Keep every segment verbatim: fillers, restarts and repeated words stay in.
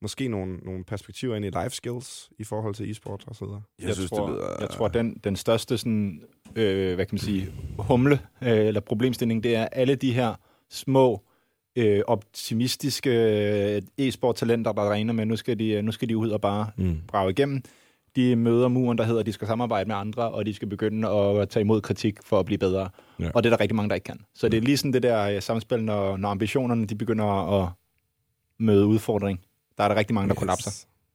måske nogle, nogle perspektiver ind i life skills i forhold til e-sport og så videre. Jeg, jeg synes, tror, det lyder... jeg tror, den, den største sådan, øh, hvad kan man sige, humle øh, eller problemstilling, det er alle de her små, øh, optimistiske øh, e-sport-talenter, der regner med, nu skal de, nu skal de ud og bare mm. brage igennem. De møder muren, der hedder, at de skal samarbejde med andre, og de skal begynde at tage imod kritik for at blive bedre. Ja. Og det er der rigtig mange, der ikke kan. Så det er lige sådan det der samspil, når, når ambitionerne de begynder at møde udfordring. Der er der rigtig mange, der yes. kollapser.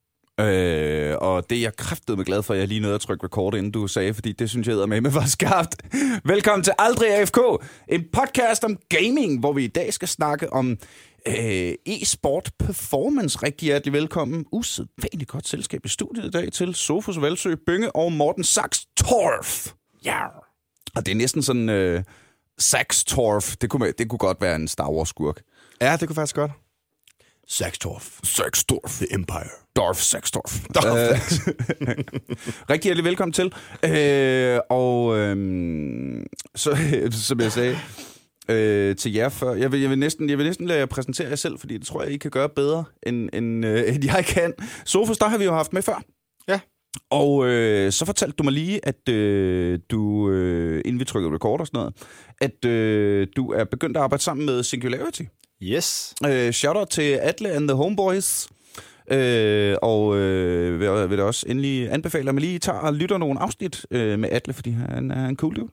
Øh, og det er jeg kraftedeme glad for, at jeg lige nåede at trykke record, inden du sagde, fordi det synes jeg med med var skarpt. Velkommen til Aldrig A F K, en podcast om gaming, hvor vi i dag skal snakke om øh, e-sport performance. Rigtig hjertelig velkommen. Usædvanligt godt selskab i studiet i dag til Sofus Valsø Bynge og Morten Saxtorff. Ja. Yeah. Og det er næsten sådan øh, Saxtorff. Det kunne, det kunne godt være en Star Wars-skurk. Ja, det kunne faktisk godt. Saxtorff. Saxtorff. The Empire. Dorf Saxtorff. Dorf. Rigtig hjertelig velkommen til. Øh, og øh, så, som jeg sagde øh, til jer før, jeg vil, jeg, vil næsten, jeg vil næsten lade jer præsentere jer selv, fordi det tror jeg, I kan gøre bedre, end, end, øh, end jeg kan. Sofus, der har vi jo haft med før. Ja. Og øh, så fortalte du mig lige, at øh, du, øh, inden vi trykkede record og sådan noget, at øh, du er begyndt at arbejde sammen med Singularity. Yes. Øh, shout-out til Atle and the Homeboys. Øh, og øh, vil, vil da også endelig anbefale, at man lige tager og lytter nogle afsnit øh, med Atle, fordi han er en cool dude.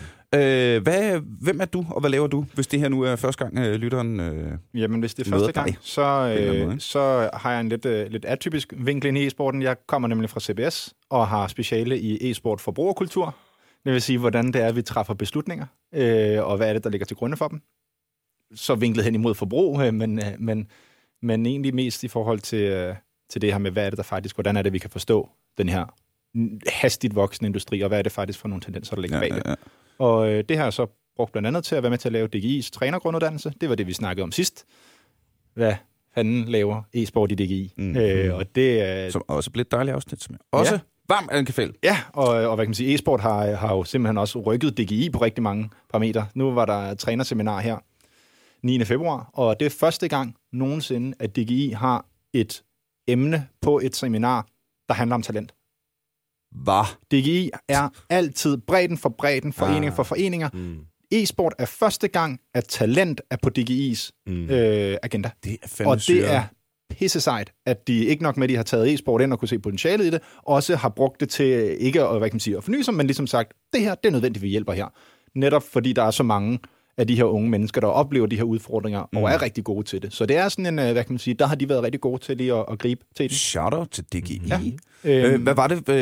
Øh, hvad, hvem er du, og hvad laver du, hvis det her nu er første gang, øh, lytteren øh, Jamen, hvis det er første gang, så, øh, så har jeg en lidt, øh, lidt atypisk vinkel ind i e-sporten. Jeg kommer nemlig fra C B S og har speciale i e-sport forbrugerkultur. Det vil sige, hvordan det er, vi træffer beslutninger, øh, og hvad er det, der ligger til grunde for dem. Så vinklet hen imod forbrug, øh, men, øh, men, men egentlig mest i forhold til, øh, til det her med, hvad er det der faktisk, hvordan er det, vi kan forstå den her hastigt voksende industri, og hvad er det faktisk for nogle tendenser, der ligger ja, bag det. Ja, ja. Og øh, det har jeg så brugt blandt andet til at være med til at lave D G I's trænergrunduddannelse. Det var det, vi snakkede om sidst. Hvad fanden laver e-sport i D G I? Mm. Øh, og det, øh, som også blev et dejligt afsnit, som jeg også ja. varmt anbefale. Ja, og, og hvad kan man sige, e-sport har, har jo simpelthen også rykket D G I på rigtig mange parametre. Nu var der et trænerseminar her niende februar, og det er første gang nogensinde, at D G I har et emne på et seminar, der handler om talent. Hvad? D G I er altid bredden for bredden, foreninger ah. for foreninger. Mm. E-sport er første gang, at talent er på D G I's mm. øh, agenda. Det er fandme og det syre. Er pisse sejt, at de ikke nok med, at de har taget e-sport ind og kunne se potentialet i det, også har brugt det til ikke at, hvad kan man sige, at forny sig, men ligesom sagt, det her, det er nødvendigt, vi hjælper her. Netop fordi der er så mange af de her unge mennesker, der oplever de her udfordringer, mm. og er rigtig gode til det. Så det er sådan en, hvad kan man sige, der har de været rigtig gode til lige at, at gribe til det. Shout-out til D G I. Ja. Øh, hvad var det?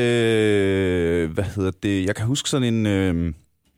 Øh, hvad hedder det? Jeg kan huske sådan en... Øh,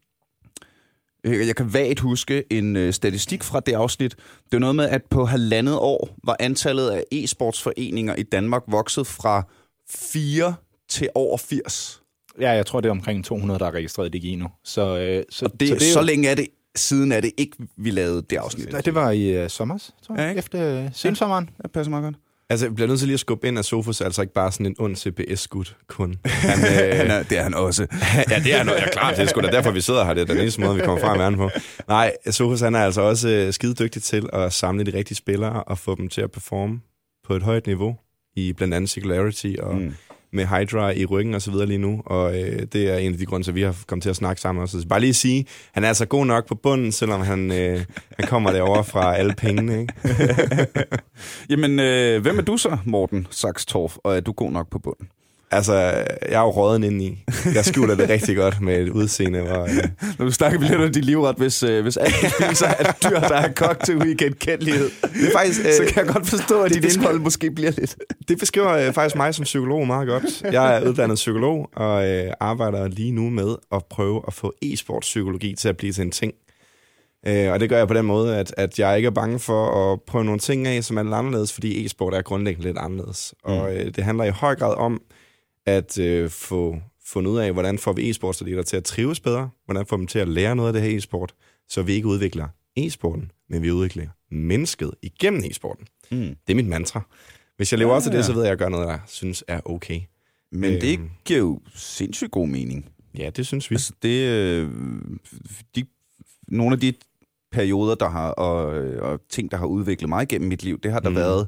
jeg kan vagt huske en øh, statistik fra det afsnit. Det er noget med, at på halvandet år var antallet af e-sportsforeninger i Danmark vokset fra fire til over firs. Ja, jeg tror, det er omkring to hundrede, der er registreret i D G I nu. Så, øh, så, og det, så, det så jo... længe er det siden er det ikke, vi lavede det afsnit. Nej, det var i uh, sommer, tror jeg. Ja, efter uh, sensommeren. Ja, det passer meget godt. Altså, jeg bliver nødt til lige at skubbe ind, at Sofus er altså ikke bare sådan en ond C B S-gut kun. Han, øh, han er, det er han også. Ja, det er han også. Ja, klart, det er sgu da derfor, vi sidder her. Det er den eneste måde, vi kommer fra med på. Nej, Sofus han er altså også øh, skide dygtig til at samle de rigtige spillere og få dem til at performe på et højt niveau i blandt andet Singularity og mm. med Hydra i ryggen og så videre lige nu, og øh, det er en af de grunde, til vi har kommet til at snakke sammen også. Så bare lige sige, han er altså god nok på bunden, selvom han, øh, han kommer derovre fra alle pengene, ikke? Jamen, øh, hvem er du så, Morten Saxtorff, og er du god nok på bunden? Altså, jeg er jo råden inde i. Jeg skjuler det rigtig godt med et udseende. Hvor, øh... Når du snakker vi lidt om din livret, hvis, øh, hvis alt du spiser er et dyr, der er kogt til uigenkendelighed. Det er faktisk, øh, så kan jeg godt forstå, at dit indhold måske bliver lidt... Det beskriver øh, faktisk mig som psykolog meget godt. Jeg er uddannet psykolog og øh, arbejder lige nu med at prøve at få e-sportspsykologi til at blive til en ting. Øh, og det gør jeg på den måde, at, at jeg ikke er bange for at prøve nogle ting af, som er lidt anderledes, fordi e-sport er grundlæggende lidt anderledes. Mm. Og øh, det handler i høj grad om at øh, få fundet ud af, hvordan får vi e-sportsatleter til at trives bedre, hvordan får dem til at lære noget af det her e-sport, så vi ikke udvikler e-sporten, men vi udvikler mennesket igennem e-sporten. Mm. Det er mit mantra. Hvis jeg lever ja, op til det, så ved jeg, at jeg gør noget, der synes er okay. Men det øhm, giver jo sindssygt god mening. Ja, det synes vi. Altså, det, øh, de, nogle af de perioder, der har, og, og ting, der har udviklet mig gennem mit liv, det har der mm. været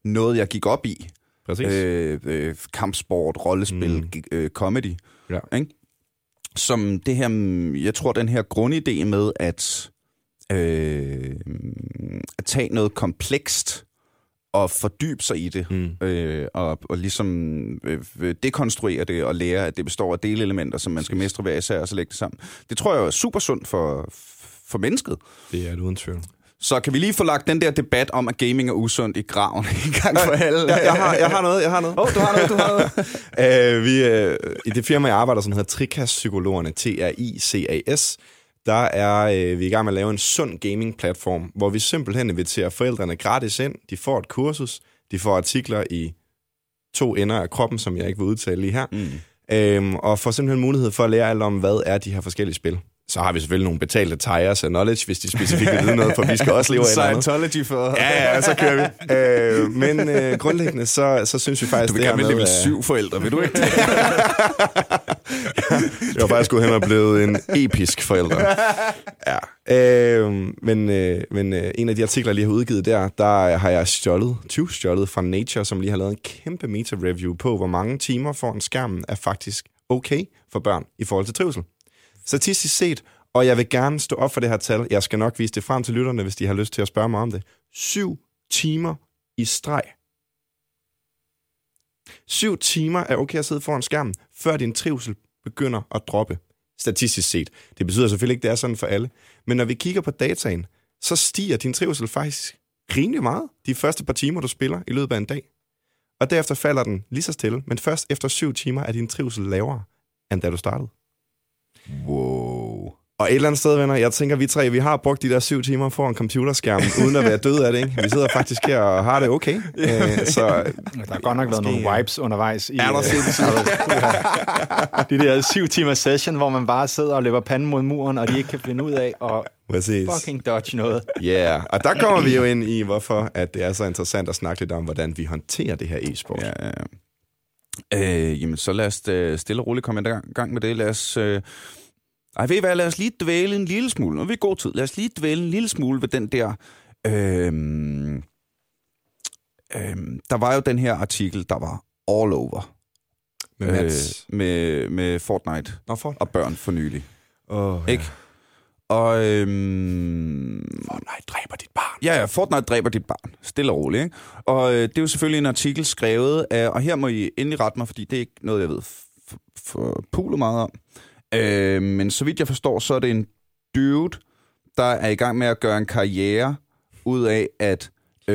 noget, jeg gik op i. Præcis. Øh, øh, kampsport, rollespil, mm. øh, comedy. Ja. Ikke? Som det her, jeg tror, den her grundidé med at, øh, at tage noget komplekst og fordybe sig i det, mm. øh, og, og ligesom øh, dekonstruere det og lære, at det består af delelementer, som man skal mestre hver især og så lægge det sammen. Det tror jeg er super sundt for, for mennesket. Det er det uden tvivl. Så kan vi lige få lagt den der debat om, at gaming er usundt i graven en gang for alle? Jeg, jeg, har, jeg har noget, jeg har noget. Åh, oh, du har noget, du har noget. uh, vi, uh, I det firma, jeg arbejder, som hedder Tricas-psykologerne, T R I C A S, der er uh, vi er i gang med at lave en sund gaming-platform, hvor vi simpelthen inviterer forældrene gratis ind. De får et kursus, de får artikler i to ender af kroppen, som jeg ikke vil udtale lige her, mm. um, og får simpelthen mulighed for at lære alt om, hvad er de her forskellige spil. Så har vi selvfølgelig nogle betalte tires af knowledge, hvis de specifikt vil vide noget, for vi skal også leve af et andet. Scientology for... Ja, ja, så kører vi. Øh, men øh, grundlæggende, så, så synes vi faktisk, du vil det her med... med... Du vil level syv forældre, vil du ikke? Jeg har faktisk gået hen og blevet en episk forælder. Ja. Øh, men øh, men øh, en af de artikler, jeg lige har udgivet der, der har jeg stjålet, tyvstjålet fra Nature, som lige har lavet en kæmpe meta-review på, hvor mange timer foran skærmen er faktisk okay for børn i forhold til trivsel. Statistisk set, og jeg vil gerne stå op for det her tal. Jeg skal nok vise det frem til lytterne, hvis de har lyst til at spørge mig om det. Syv timer i streg. Syv timer er okay at sidde foran skærmen, før din trivsel begynder at droppe. Statistisk set. Det betyder selvfølgelig ikke, at det er sådan for alle. Men når vi kigger på dataen, så stiger din trivsel faktisk rimelig meget de første par timer, du spiller i løbet af en dag. Og derefter falder den lige så stille, men først efter syv timer er din trivsel lavere, end da du startede. Wow. Og et eller andet sted, venner, jeg tænker, vi tre, vi har brugt de der syv timer foran computerskærmen, uden at være døde af det, ikke? Vi sidder faktisk her og har det okay. Æ, så, der har godt nok været nogle vibes undervejs. I, er der øh, de der syv timer session, hvor man bare sidder og løber panden mod muren, og de ikke kan finde ud af at Præcis. fucking dodge noget. Ja, yeah. Og der kommer vi jo ind i, hvorfor at det er så interessant at snakke lidt om, hvordan vi håndterer det her e-sport. Ja, ja. Øh, jamen, så lad os uh, stille og roligt komme i gang med det. Lad os... Uh... Ej, ved I hvad? Lad os lige dvæle en lille smule. Nu er vi i god tid. Lad os lige dvæle en lille smule ved den der... Øhm, øhm, der var jo den her artikel, der var all over. Med, øh, med, med Fortnite Nå, Fortnite og børn for nylig. Oh, ikke? Ja. Og... Øhm, Fortnite dræber dit barn. Ja, ja, Fortnite dræber dit barn. Stille og roligt, ikke? Og øh, det er jo selvfølgelig en artikel skrevet af... Og her må I endelig rette mig, fordi det er ikke noget, jeg ved for, for pulet meget om. Øh, men så vidt jeg forstår, så er det en dude, der er i gang med at gøre en karriere ud af at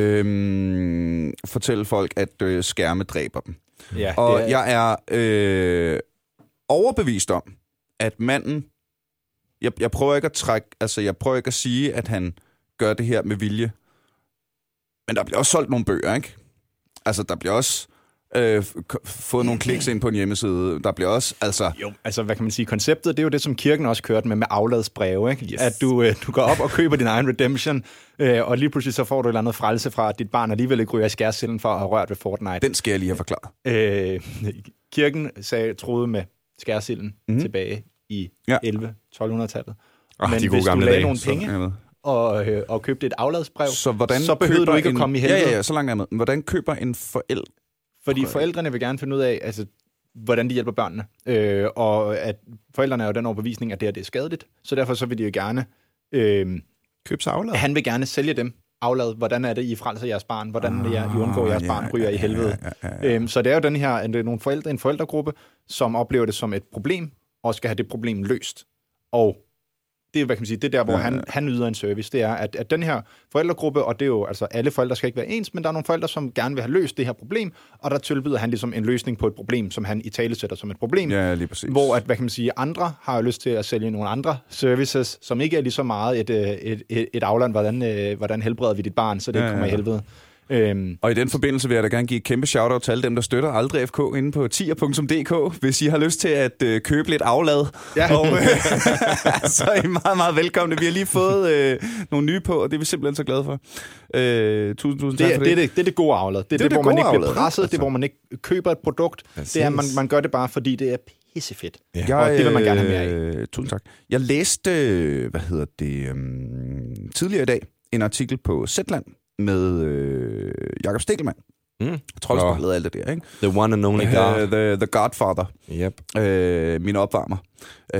øh, fortælle folk, at øh, skærme dræber dem. Ja, og er... jeg er øh, overbevist om, at manden... Jeg, jeg prøver ikke at trække... Altså, jeg prøver ikke at sige, at han gør det her med vilje. Men der bliver også solgt nogle bøger, ikke? Altså, der bliver også... Øh, fået nogle kliks ind på en hjemmeside. Der bliver også, altså... Jo, altså, hvad kan man sige? Konceptet, det er jo det, som kirken også kørte med, med afladsbreve, ikke? Yes. At du, øh, du går op og køber din egen redemption, øh, og lige pludselig så får du et eller andet frelse fra, at dit barn alligevel ikke ryger i skærsilden for at have rørt ved Fortnite. Den skal jeg lige have forklaret. Øh, kirken sagde, troede med skærsilden mm-hmm. tilbage i ja. elleve tolv-hundrede-tallet. Oh, Men de hvis du lagde dage, nogle penge og, øh, og købte et afladsbrev, så, hvordan så behøvede du ikke en... at komme i helvede. Ja, ja, ja, så langt er jeg med. Hvordan køber en forælder? Fordi forældrene vil gerne finde ud af, altså, hvordan de hjælper børnene. Øh, og at forældrene er jo den overbevisning, at det her det er skadeligt. Så derfor så vil de jo gerne... Øh, købe sig aflad. Han vil gerne sælge dem aflad. Hvordan er det, I frelser jeres barn? Hvordan er det, I undgår jeres ja, barn ryger ja, i helvede? Ja, ja, ja, ja. Øhm, så det er jo den her, det er nogle forældre, en forældregruppe, som oplever det som et problem, og skal have det problem løst. Og det er, hvad kan man sige, det er der, hvor ja, ja. Han, han yder en service. Det er, at, at den her forældregruppe, og det er jo, altså alle forældre skal ikke være ens, men der er nogle forældre, som gerne vil have løst det her problem, og der tilbyder han ligesom en løsning på et problem, som han italesætter som et problem. Ja, lige præcis. Hvor, at, hvad kan man sige, andre har jo lyst til at sælge nogle andre services, som ikke er lige så meget et, et, et, et afland, hvordan, hvordan helbreder vi dit barn, så det ja, kommer ja. i helvede. Øhm. Og i den forbindelse vil jeg da gerne give et kæmpe shout-out til alle dem, der støtter Aldrig F K inde på tier punktum d k, hvis I har lyst til at øh, købe lidt aflad. Ja. Og, øh, så er I meget, meget velkomne. Vi har lige fået øh, nogle nye på, og det er vi simpelthen så glade for. Øh, tusind, tusind tak det, for det. det. Det er det, det, er det gode aflad. Det er det, det, det, hvor man ikke bliver presset, altså. Det er, hvor man ikke køber et produkt. Præcis. Det er, man, man gør det bare, fordi det er pissefedt. Ja. Jeg, og det vil man gerne have mere af. Øh, tusind tak. Jeg læste, hvad hedder det, um, tidligere i dag, en artikel på Zetland, med øh, Jakob Stikkelmann, Mm. Troldspejlet og alt det der, ikke? The one and only God. Uh, the, the Godfather. Yep. Uh, min opvarmer. Uh,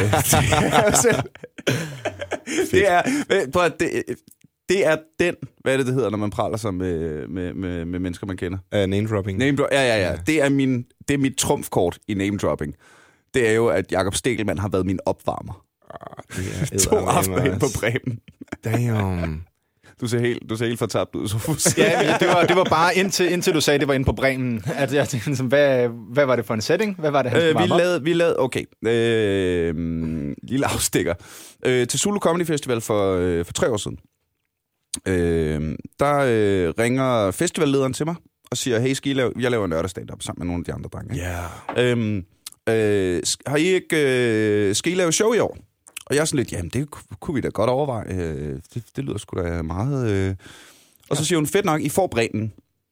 det er... Prøv at, det, det er den... Hvad er det, det hedder, når man praler sig med, med, med, med mennesker, man kender? Uh, name-dropping. Name dro- ja, ja, ja. Det er, min, det er mit trumfkort i name-dropping. Det er jo, at Jakob Stegelmann har været min opvarmer. Ah, det er to aftener ind på Bremen. Damn. Du ser helt, du ser helt fortabt ud, Sofus. Ja, det var, det var bare indtil, indtil du sagde, det var inde på Bremen. At jeg tænkte, sådan, hvad, hvad var det for en setting? Hvad var det, han øh, skulle vi, lavede, vi lavede, okay, øh, lille afstikker. Øh, til Zulu Comedy Festival for, øh, for tre år siden, øh, der øh, ringer festivallederen til mig og siger, hey, skal I lave, jeg laver en lørdag stand-up sammen med nogle af de andre drenge. Ja. Yeah. Øh, øh, har I ikke, øh, skal I lave show i år? Og jeg er sådan lidt, jamen det kunne vi da godt overveje. Øh, det, det lyder sgu da meget... Øh. Og så siger hun, fedt nok, I får Bremen.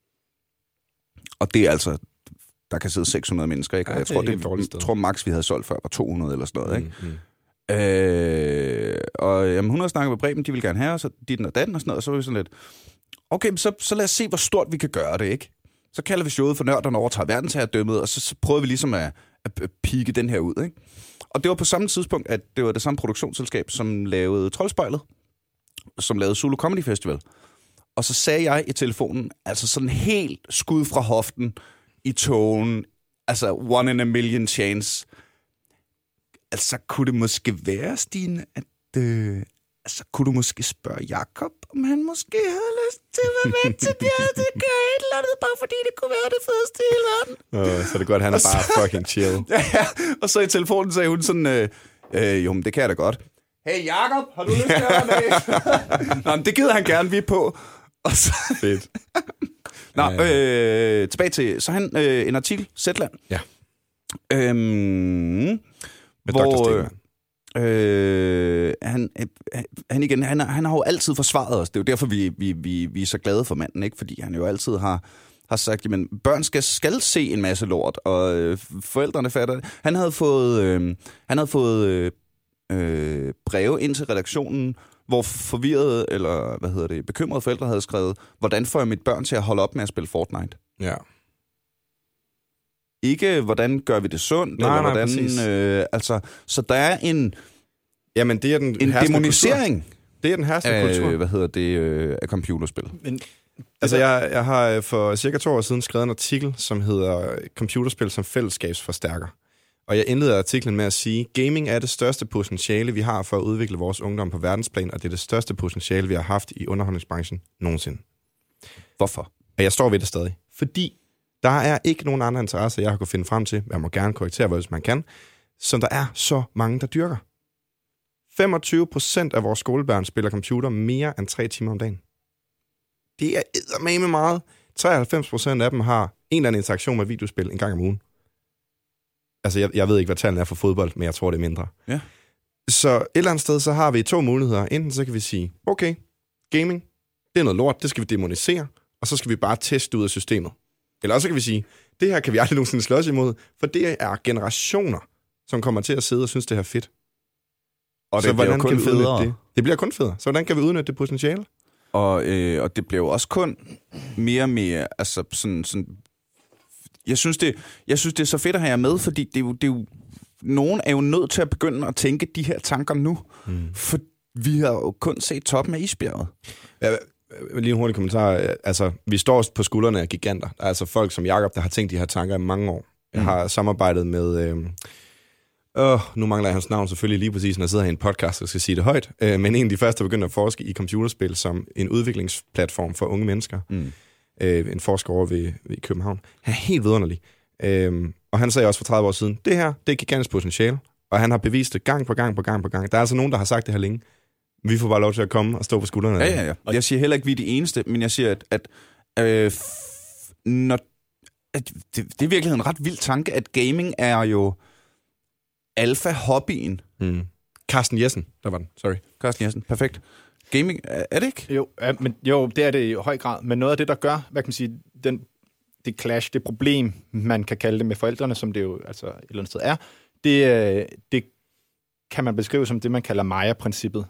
Og det er altså... Der kan sidde seks hundrede mennesker, ikke? Og ja, jeg tror, det, det jeg tror max vi havde solgt før var to hundrede eller sådan noget, ikke? Mm, mm. Øh, og jamen, hun har snakket med Bremen, de vil gerne have os, og dit og datten og sådan noget, og så var vi sådan lidt... Okay, så, så lad os se, hvor stort vi kan gøre det, ikke? Så kalder vi showet for Nørderne overtager verdensherredømmet, og så, så prøver vi ligesom at, at pike den her ud, ikke? Og det var på samme tidspunkt, at det var det samme produktionsselskab, som lavede Troldspejlet, som lavede Zulu Comedy Festival. Og så sagde jeg i telefonen, altså sådan helt skud fra hoften i togen, altså one in a million chance. Altså kunne det måske være, Stine, at øh, altså kunne du måske spørge Jakob, om han måske havde lyst til at være med til Bjerre til at gøre et eller andet, bare fordi det kunne være det fedeste i hele verden. Oh, så er det godt, han er bare fucking chill. Ja, ja, og så i telefonen sagde hun sådan, øh, øh, jo, men det kan jeg da godt. Hey Jakob, har du lyst til at være med? Nå, men det gider han gerne, vi er på. Og så... Fedt. Nå, øh, tilbage til, så han øh, en artikel, Zetland. Ja. Øhm, Med hvor, doktor Stegelmann. Øh, han, han, igen, han, han har jo altid forsvaret os. Det er jo derfor, vi, vi, vi, vi er så glade for manden, ikke? Fordi han jo altid har, har sagt, at børn skal, skal se en masse lort, og øh, forældrene fatter det. Han havde fået, øh, han havde fået øh, øh, breve ind til redaktionen, hvor forvirrede, eller hvad hedder det, bekymrede forældre havde skrevet, hvordan får jeg mit børn til at holde op med at spille Fortnite? Ja. Ikke, hvordan gør vi det sundt, nej, eller nej, hvordan... Øh, altså, så der er en... Jamen, det er den en dæmonisering. Kultur. Det er den herskende kultur. Af, hvad hedder det, øh, af computerspil. Men, altså, jeg, jeg har for cirka to år siden skrevet en artikel, som hedder Computerspil som fællesskabsforstærker. Og jeg indleder artiklen med at sige, gaming er det største potentiale, vi har for at udvikle vores ungdom på verdensplan, og det er det største potentiale, vi har haft i underholdningsbranchen nogensinde. Hvorfor? Og jeg står ved det stadig. Fordi der er ikke nogen andre interesser, jeg har kunnet finde frem til, jeg må gerne korrektere, hvis man kan, som der er så mange, der dyrker. femogtyve procent af vores skolebørn spiller computer mere end tre timer om dagen. Det er eddermame meget. treoghalvfems procent af dem har en eller anden interaktion med videospil en gang om ugen. Altså, jeg, jeg ved ikke, hvad tallene er for fodbold, men jeg tror, det er mindre. Ja. Så et eller andet sted, så har vi to muligheder. Enten så kan vi sige, okay, gaming, det er noget lort, det skal vi demonisere, og så skal vi bare teste ud af systemet. Eller også kan vi sige, det her kan vi aldrig nogensinde slås imod, for det er generationer, som kommer til at sidde og synes, det her er fedt. Og så det bliver hvordan kun kan vi udnytte federe. det? Det bliver kun federe. Så hvordan kan vi udnytte det potentiale? Og, øh, og det bliver jo også kun mere og mere, altså sådan... sådan jeg, synes det, jeg synes, det er så fedt at have jer med, fordi det er jo, det er jo, nogen er jo nødt til at begynde at tænke de her tanker nu, mm. for vi har jo kun set toppen af isbjerget. Ja, lige en hurtig kommentar. Altså, vi står på skuldrene af giganter. Der er altså folk som Jakob, der har tænkt de her tanker i mange år. Jeg mm. har samarbejdet med... Øh, øh, nu mangler jeg hans navn selvfølgelig lige præcis, når jeg sidder her i en podcast og skal sige det højt. Øh, men en af de første, der begyndte at forske i computerspil som en udviklingsplatform for unge mennesker. Mm. Øh, en forsker over ved, ved København. Han er helt vidunderlig. Øh, og han sagde også for tredive år siden, det her, det er gigantisk potentiale. Og han har bevist det gang på gang på gang på gang. Der er altså nogen, der har sagt det her længe. Vi får bare lov til at komme og stå på skuldrene. Ja, ja, ja. Jeg siger heller ikke, vi er de eneste, men jeg siger, at, at, øh, når, at det, det er virkelig en ret vild tanke, at gaming er jo alfa-hobbyen. Mm. Carsten Jessen, der var den. Sorry. Carsten Jessen, perfekt. Gaming, er, er det ikke? Jo, ja, men, jo, det er det i høj grad. Men noget af det, der gør, hvad kan man sige, den, det clash, det problem, man kan kalde det med forældrene, som det jo altså et eller andet sted er, det, det kan man beskrive som det, man kalder Maya-princippet.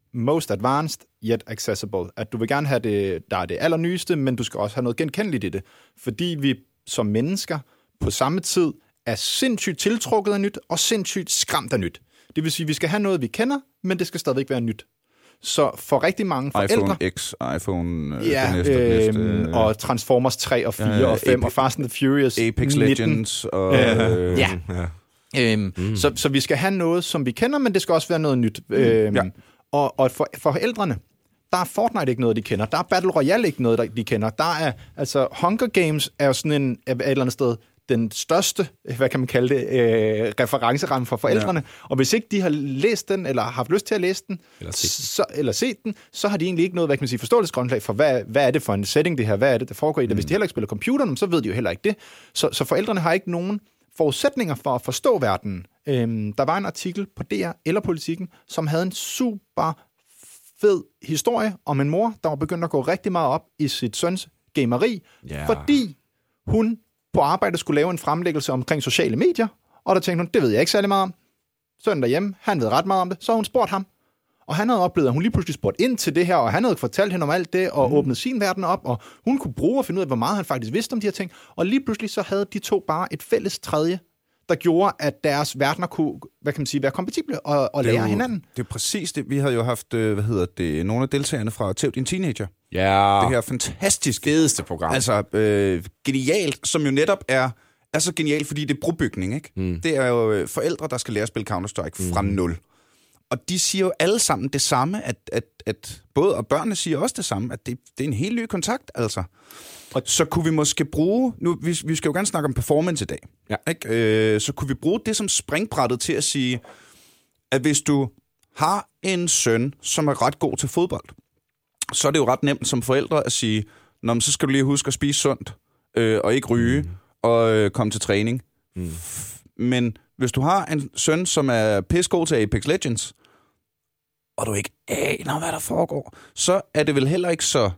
most advanced, yet accessible. At du vil gerne have det, der er det allernyeste, men du skal også have noget genkendeligt i det. Fordi vi som mennesker på samme tid er sindssygt tiltrukket af nyt, og sindssygt skræmt af nyt. Det vil sige, at vi skal have noget, vi kender, men det skal stadigvæk være nyt. Så for rigtig mange forældre... iPhone X, iPhone... Øh, ja, næste, øh, næste, og Transformers tre og fire ja, og fem, Ape, og Fast and the Furious Apex nitten. Legends og... Øh, ja. ja. Øhm, mm. så, så vi skal have noget, som vi kender, men det skal også være noget nyt. Mm. Øhm, ja. Og, og for, for forældrene, der er Fortnite ikke noget, de kender. Der er Battle Royale ikke noget, der, de kender. Der er, altså, Hunger Games er jo sådan en, et eller andet sted, den største, hvad kan man kalde det, øh, referenceramme for forældrene. Ja. Og hvis ikke de har læst den, eller har haft lyst til at læse den, eller set, så, eller set den, så har de egentlig ikke noget, hvad kan man sige, forståelsesgrundlag for, hvad, hvad er det for en setting, det her, hvad er det, der foregår i det. Mm. Hvis de heller ikke spiller computeren, så ved de jo heller ikke det. Så, så forældrene har ikke nogen forudsætninger for at forstå verdenen. Øhm, der var en artikel på D R eller Politikken, som havde en super fed historie om en mor, der var begyndt at gå rigtig meget op i sit søns gameri, yeah. fordi hun på arbejde skulle lave en fremlæggelse omkring sociale medier, og der tænkte hun, det ved jeg ikke særlig meget om. Sønnen derhjemme, han ved ret meget om det, så hun spurgte ham. Og han havde oplevet, at hun lige pludselig spurgte ind til det her, og han havde fortalt hende om alt det, og mm. åbnet sin verden op, og hun kunne bruge og finde ud af, hvor meget han faktisk vidste om de her ting. Og lige pludselig så havde de to bare et fælles tredje, der gjorde, at deres verdener kunne, hvad kan man sige, være kompatible og, og lære jo, hinanden. Det er præcis det. Vi havde jo haft, hvad hedder det, nogle af deltagerne fra Tæv din Teenager. Ja. Det her fantastisk fedeste program. Altså, øh, genialt, som jo netop er, er så genialt, fordi det er brobygning, ikke? Mm. Det er jo forældre, der skal lære at spille Counter-Strike mm. fra nul. Og de siger jo alle sammen det samme, at, at, at både, og børnene siger også det samme, at det, det er en helt ny kontakt, altså. Og så kunne vi måske bruge, nu vi, vi skal jo gerne snakke om performance i dag, ja. Ikke? Øh, så kunne vi bruge det som springbrættet til at sige, at hvis du har en søn, som er ret god til fodbold, så er det jo ret nemt som forældre at sige, nå, men så skal du lige huske at spise sundt, øh, og ikke ryge, mm. og øh, komme til træning. Mm. Men hvis du har en søn, som er pissegod til Apex Legends, og du ikke aner, hvad der foregår, så er det vel heller ikke så...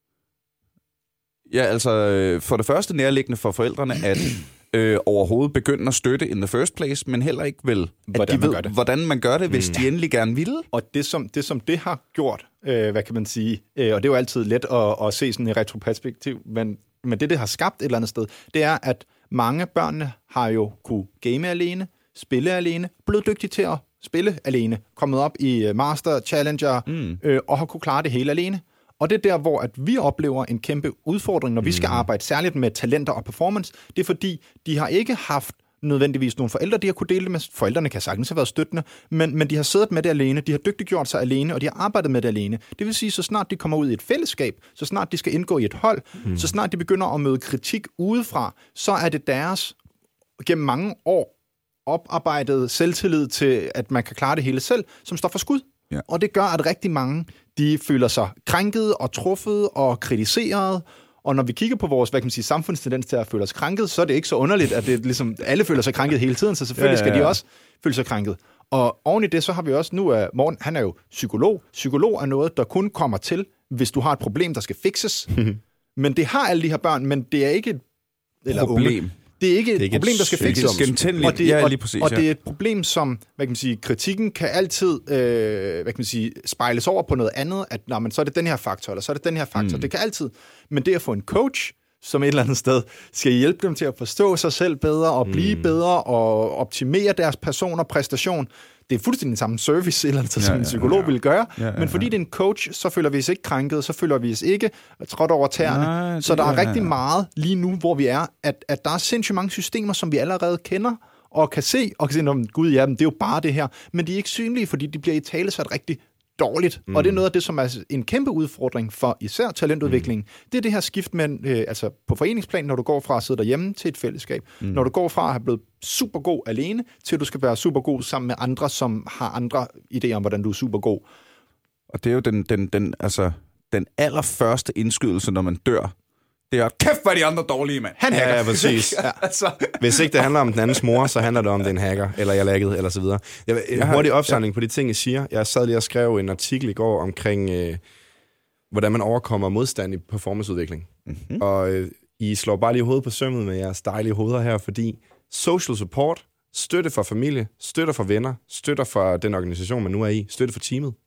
Ja, altså, for det første nærliggende for forældrene, at øh, overhovedet begynde at støtte in the first place, men heller ikke vel, at hvordan de ved, man hvordan man gør det, hvis mm. de endelig gerne vil. Og det, som det, som det har gjort, øh, hvad kan man sige, øh, og det er jo altid let at, at se sådan i retroperspektiv, men, men det, det har skabt et eller andet sted, det er, at mange børnene har jo kunne game alene, spille alene, blevet dygtige til at spille alene, kommet op i Master, Challenger, mm. øh, og har kunne klare det hele alene. Og det er der, hvor at vi oplever en kæmpe udfordring, når vi skal arbejde særligt med talenter og performance. Det er fordi, de har ikke haft nødvendigvis nogle forældre, de har kunne dele det med. Forældrene kan sagtens have været støttende, men, men de har siddet med det alene, de har dygtiggjort sig alene, og de har arbejdet med det alene. Det vil sige, så snart de kommer ud i et fællesskab, så snart de skal indgå i et hold, mm. så snart de begynder at møde kritik udefra, så er det deres gennem mange år oparbejdet selvtillid til, at man kan klare det hele selv, som står for skud. Ja. Og det gør, at rigtig mange, de føler sig krænket og truffet og kritiseret. Og når vi kigger på vores, hvad kan man sige, samfundstendens til at føle os krænket, så er det ikke så underligt, at det ligesom, alle føler sig krænket hele tiden, så selvfølgelig ja, ja, ja. skal de også føle sig krænket. Og oven i det, så har vi også nu, uh, Morten, han er jo psykolog. Psykolog er noget, der kun kommer til, hvis du har et problem, der skal fikses. Men det har alle de her børn, men det er ikke et eller problem. Unge. Det er ikke et det er ikke problem, et der skal fikses. Og det, ja, lige præcis, og det er et problem, som, hvad kan man sige, kritikken kan altid, øh, hvad kan man sige, spejles over på noget andet, at nå, men så er det den her faktor, eller så er det den her faktor. Mm. Det kan altid. Men det at få en coach, som et eller andet sted skal hjælpe dem til at forstå sig selv bedre, og blive mm. bedre, og optimere deres person og præstation, det er fuldstændig samme service, eller andet, ja, som en psykolog ja, ja. ville gøre. Ja, ja, ja. Men fordi det er en coach, så føler vi os ikke krænket, så føler vi os ikke trådt over tæerne. Nej, så der er rigtig ja, ja. meget lige nu, hvor vi er, at, at der er sindssygt mange systemer, som vi allerede kender, og kan se, og kan se, om gud, ja, det er jo bare det her. Men de er ikke synlige, fordi de bliver i tale sat rigtig dårligt. Mm. Og det er noget af det, som er en kæmpe udfordring for især talentudvikling. Mm. Det er det her skift med, øh, altså på foreningsplan, når du går fra at sidde derhjemme til et fællesskab. Mm. Når du går fra at have blevet super god alene, til at du skal være super god sammen med andre, som har andre idéer om, hvordan du er super god. Og det er jo den, den, den, altså, den allerførste indskydelse, når man dør. Det er, kæft, hvor er de andre dårlige, mand. Han hacker. Ja, ja, præcis. Ja. Altså. Hvis ikke det handler om den andens mor, så handler det om, det er en hacker, eller jeg laggede, eller så videre. Jeg, en hurtig opsamling ja. på de ting, I siger. Jeg sad lige og skrev en artikel i går omkring, øh, hvordan man overkommer modstand i performanceudvikling. Mm-hmm. Og øh, I slår bare lige hovedet på sømmet med jeres dejlige hoveder her, fordi social support, støtte for familie, støtte for venner, støtte for den organisation, man nu er i, støtte for teamet.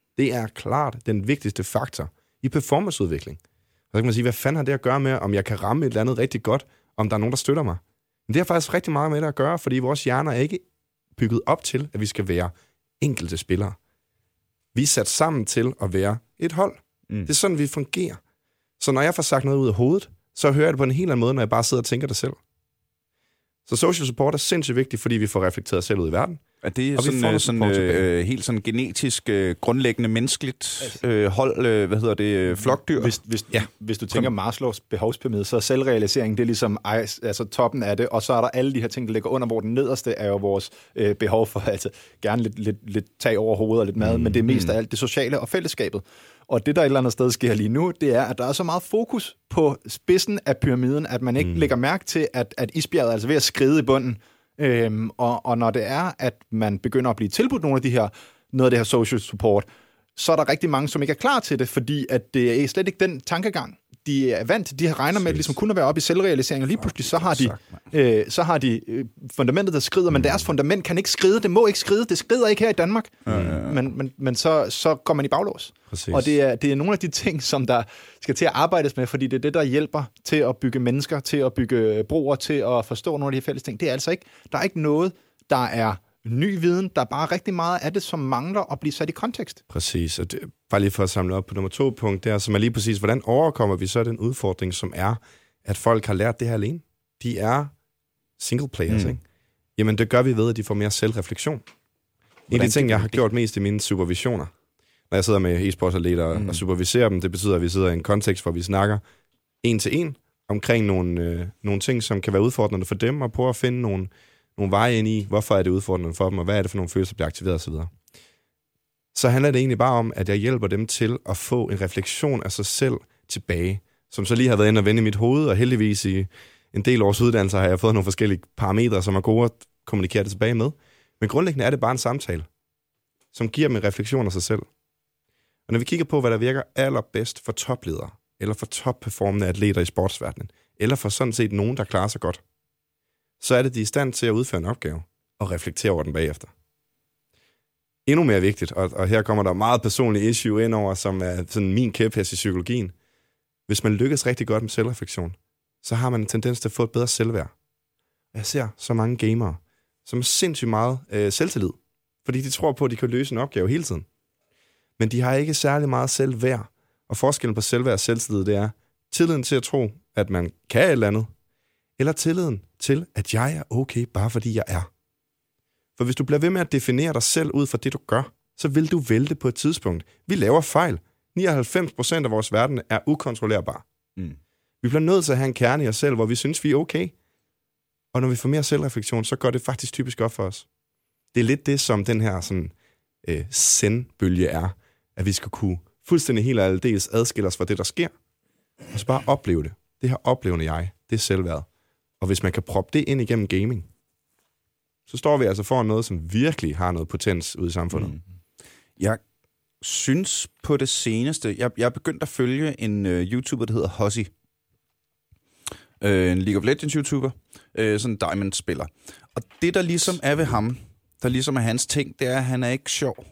Det er klart den vigtigste faktor i performanceudvikling. Så kan man sige, hvad fanden har det at gøre med, om jeg kan ramme et eller andet rigtig godt, om der er nogen, der støtter mig? Men det har faktisk rigtig meget med det at gøre, fordi vores hjerner er ikke bygget op til, at vi skal være enkelte spillere. Vi er sat sammen til at være et hold. Mm. Det er sådan, vi fungerer. Så når jeg får sagt noget ud af hovedet, så hører jeg det på en helt anden måde, når jeg bare sidder og tænker det selv. Så social support er sindssygt vigtigt, fordi vi får reflekteret selv ud i verden. Er det sådan, sådan øh, helt sådan genetisk øh, grundlæggende menneskeligt øh, hold, øh, hvad hedder det, flokdyr? Hvis, hvis, ja. hvis du tænker Maslows behovspyramide, så er selvrealisering, det er ligesom altså toppen af det, og så er der alle de her ting, der ligger under, hvor den nederste er jo vores øh, behov for altså gerne lidt, lidt, lidt tag over hovedet og lidt mad, mm. men det er mest af alt det sociale og fællesskabet. Og det, der et eller andet sted sker lige nu, det er, at der er så meget fokus på spidsen af pyramiden, at man ikke mm. lægger mærke til, at, at isbjerget er altså ved at skride i bunden. Øhm, og, og når det er, at man begynder at blive tilbudt nogle af de her, noget af det her social support, så er der rigtig mange, som ikke er klar til det, fordi at det er slet ikke den tankegang, de er vant til. De har regner med, at ligesom kun at være oppe i selvrealisering, og lige pludselig så har de, øh, så har de øh, fundamentet, der skrider, men deres fundament kan ikke skride, det må ikke skride, det skrider ikke her i Danmark, ja, ja, ja. men, men, men så, så går man i baglås. Præcis. Og det er, det er nogle af de ting, som der skal til at arbejdes med, fordi det er det, der hjælper til at bygge mennesker, til at bygge broer, til at forstå nogle af de her fælles ting. Det er altså ikke, der er ikke noget, der er ny viden, der er bare rigtig meget af det, som mangler at blive sat i kontekst. Præcis, og det, bare lige for at samle op på nummer to punkt, der, som er lige præcis, hvordan overkommer vi så den udfordring, som er, at folk har lært det her alene? De er single players, mm. ikke? Jamen, det gør vi ved, at de får mere selvreflektion. En af de ting, jeg har gjort mest i mine supervisioner, når jeg sidder med e-sportsatleter mm. og superviserer dem, det betyder, at vi sidder i en kontekst, hvor vi snakker en til en omkring nogle, øh, nogle ting, som kan være udfordrende for dem, og prøve at finde nogle nogle veje ind i, hvorfor er det udfordrende for dem, og hvad er det for nogle følelser, der bliver aktiveret osv. Så, så handler det egentlig bare om, at jeg hjælper dem til at få en refleksion af sig selv tilbage, som så lige har været inde og vende i mit hoved, og heldigvis i en del års uddannelse har jeg fået nogle forskellige parametre, som er gode at kommunikere det tilbage med. Men grundlæggende er det bare en samtale, som giver dem en refleksion af sig selv. Og når vi kigger på, hvad der virker allerbedst for topledere, eller for topperformende atleter i sportsverdenen, eller for sådan set nogen, der klarer sig godt, så er det, de er i stand til at udføre en opgave og reflektere over den bagefter. Endnu mere vigtigt, og, og her kommer der meget personlige issue ind over, som er sådan min kæphest i psykologien. Hvis man lykkes rigtig godt med selvreflektion, så har man en tendens til at få et bedre selvværd. Jeg ser så mange gamere, som er sindssygt meget øh, selvtillid, fordi de tror på, at de kan løse en opgave hele tiden. Men de har ikke særlig meget selvværd, og forskellen på selvværd og selvtillid, det er tilliden til at tro, at man kan et eller andet, eller tilliden til, at jeg er okay, bare fordi jeg er. For hvis du bliver ved med at definere dig selv ud fra det, du gør, så vil du vælte på et tidspunkt. Vi laver fejl. nioghalvfems procent af vores verden er ukontrollerbar. Mm. Vi bliver nødt til at have en kerne i os selv, hvor vi synes, vi er okay. Og når vi får mere selvreflektion, så går det faktisk typisk op for os. Det er lidt det, som den her sådan, øh, zen-bølge er, at vi skal kunne fuldstændig helt og aldeles adskille os fra det, der sker, og så bare opleve det. Det her oplevende jeg, det er selvværd. Og hvis man kan proppe det ind igennem gaming, så står vi altså foran noget, som virkelig har noget potens ude i samfundet. Mm. Jeg synes på det seneste, jeg, jeg er begyndt at følge en uh, YouTuber, der hedder Hossie. Uh, en League of Legends YouTuber. Uh, sådan en Diamond-spiller. Og det, der ligesom er ved ham, der ligesom er hans ting, det er, at han er ikke sjov.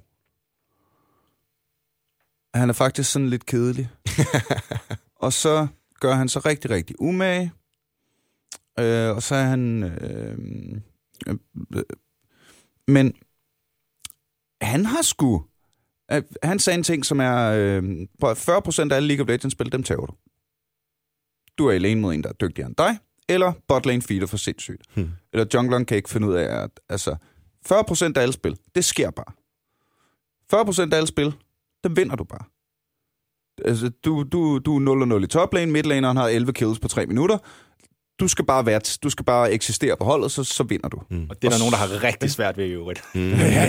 Han er faktisk sådan lidt kedelig. Og så gør han så rigtig, rigtig umage. Øh, og så er han... Øh, øh, øh, men han har sgu... Øh, han sagde en ting, som er... Øh, fyrre procent af alle League of Legends-spil, dem tager du. Du er alene mod en, der er dygtigere end dig, eller botlane feeder for sindssygt. Hmm. Eller jungleren kan ikke finde ud af, at altså, fyrre procent af alle spil, det sker bare. fyrre procent af alle spil, dem vinder du bare. Altså, du, du, du er nul og nul i toplane, midlaneren har elleve kills på tre minutter. Du skal bare være, du skal bare eksistere på holdet, så, så vinder du. Mm. Og det er der nogen, der har rigtig svært ved i øvrigt. Mm.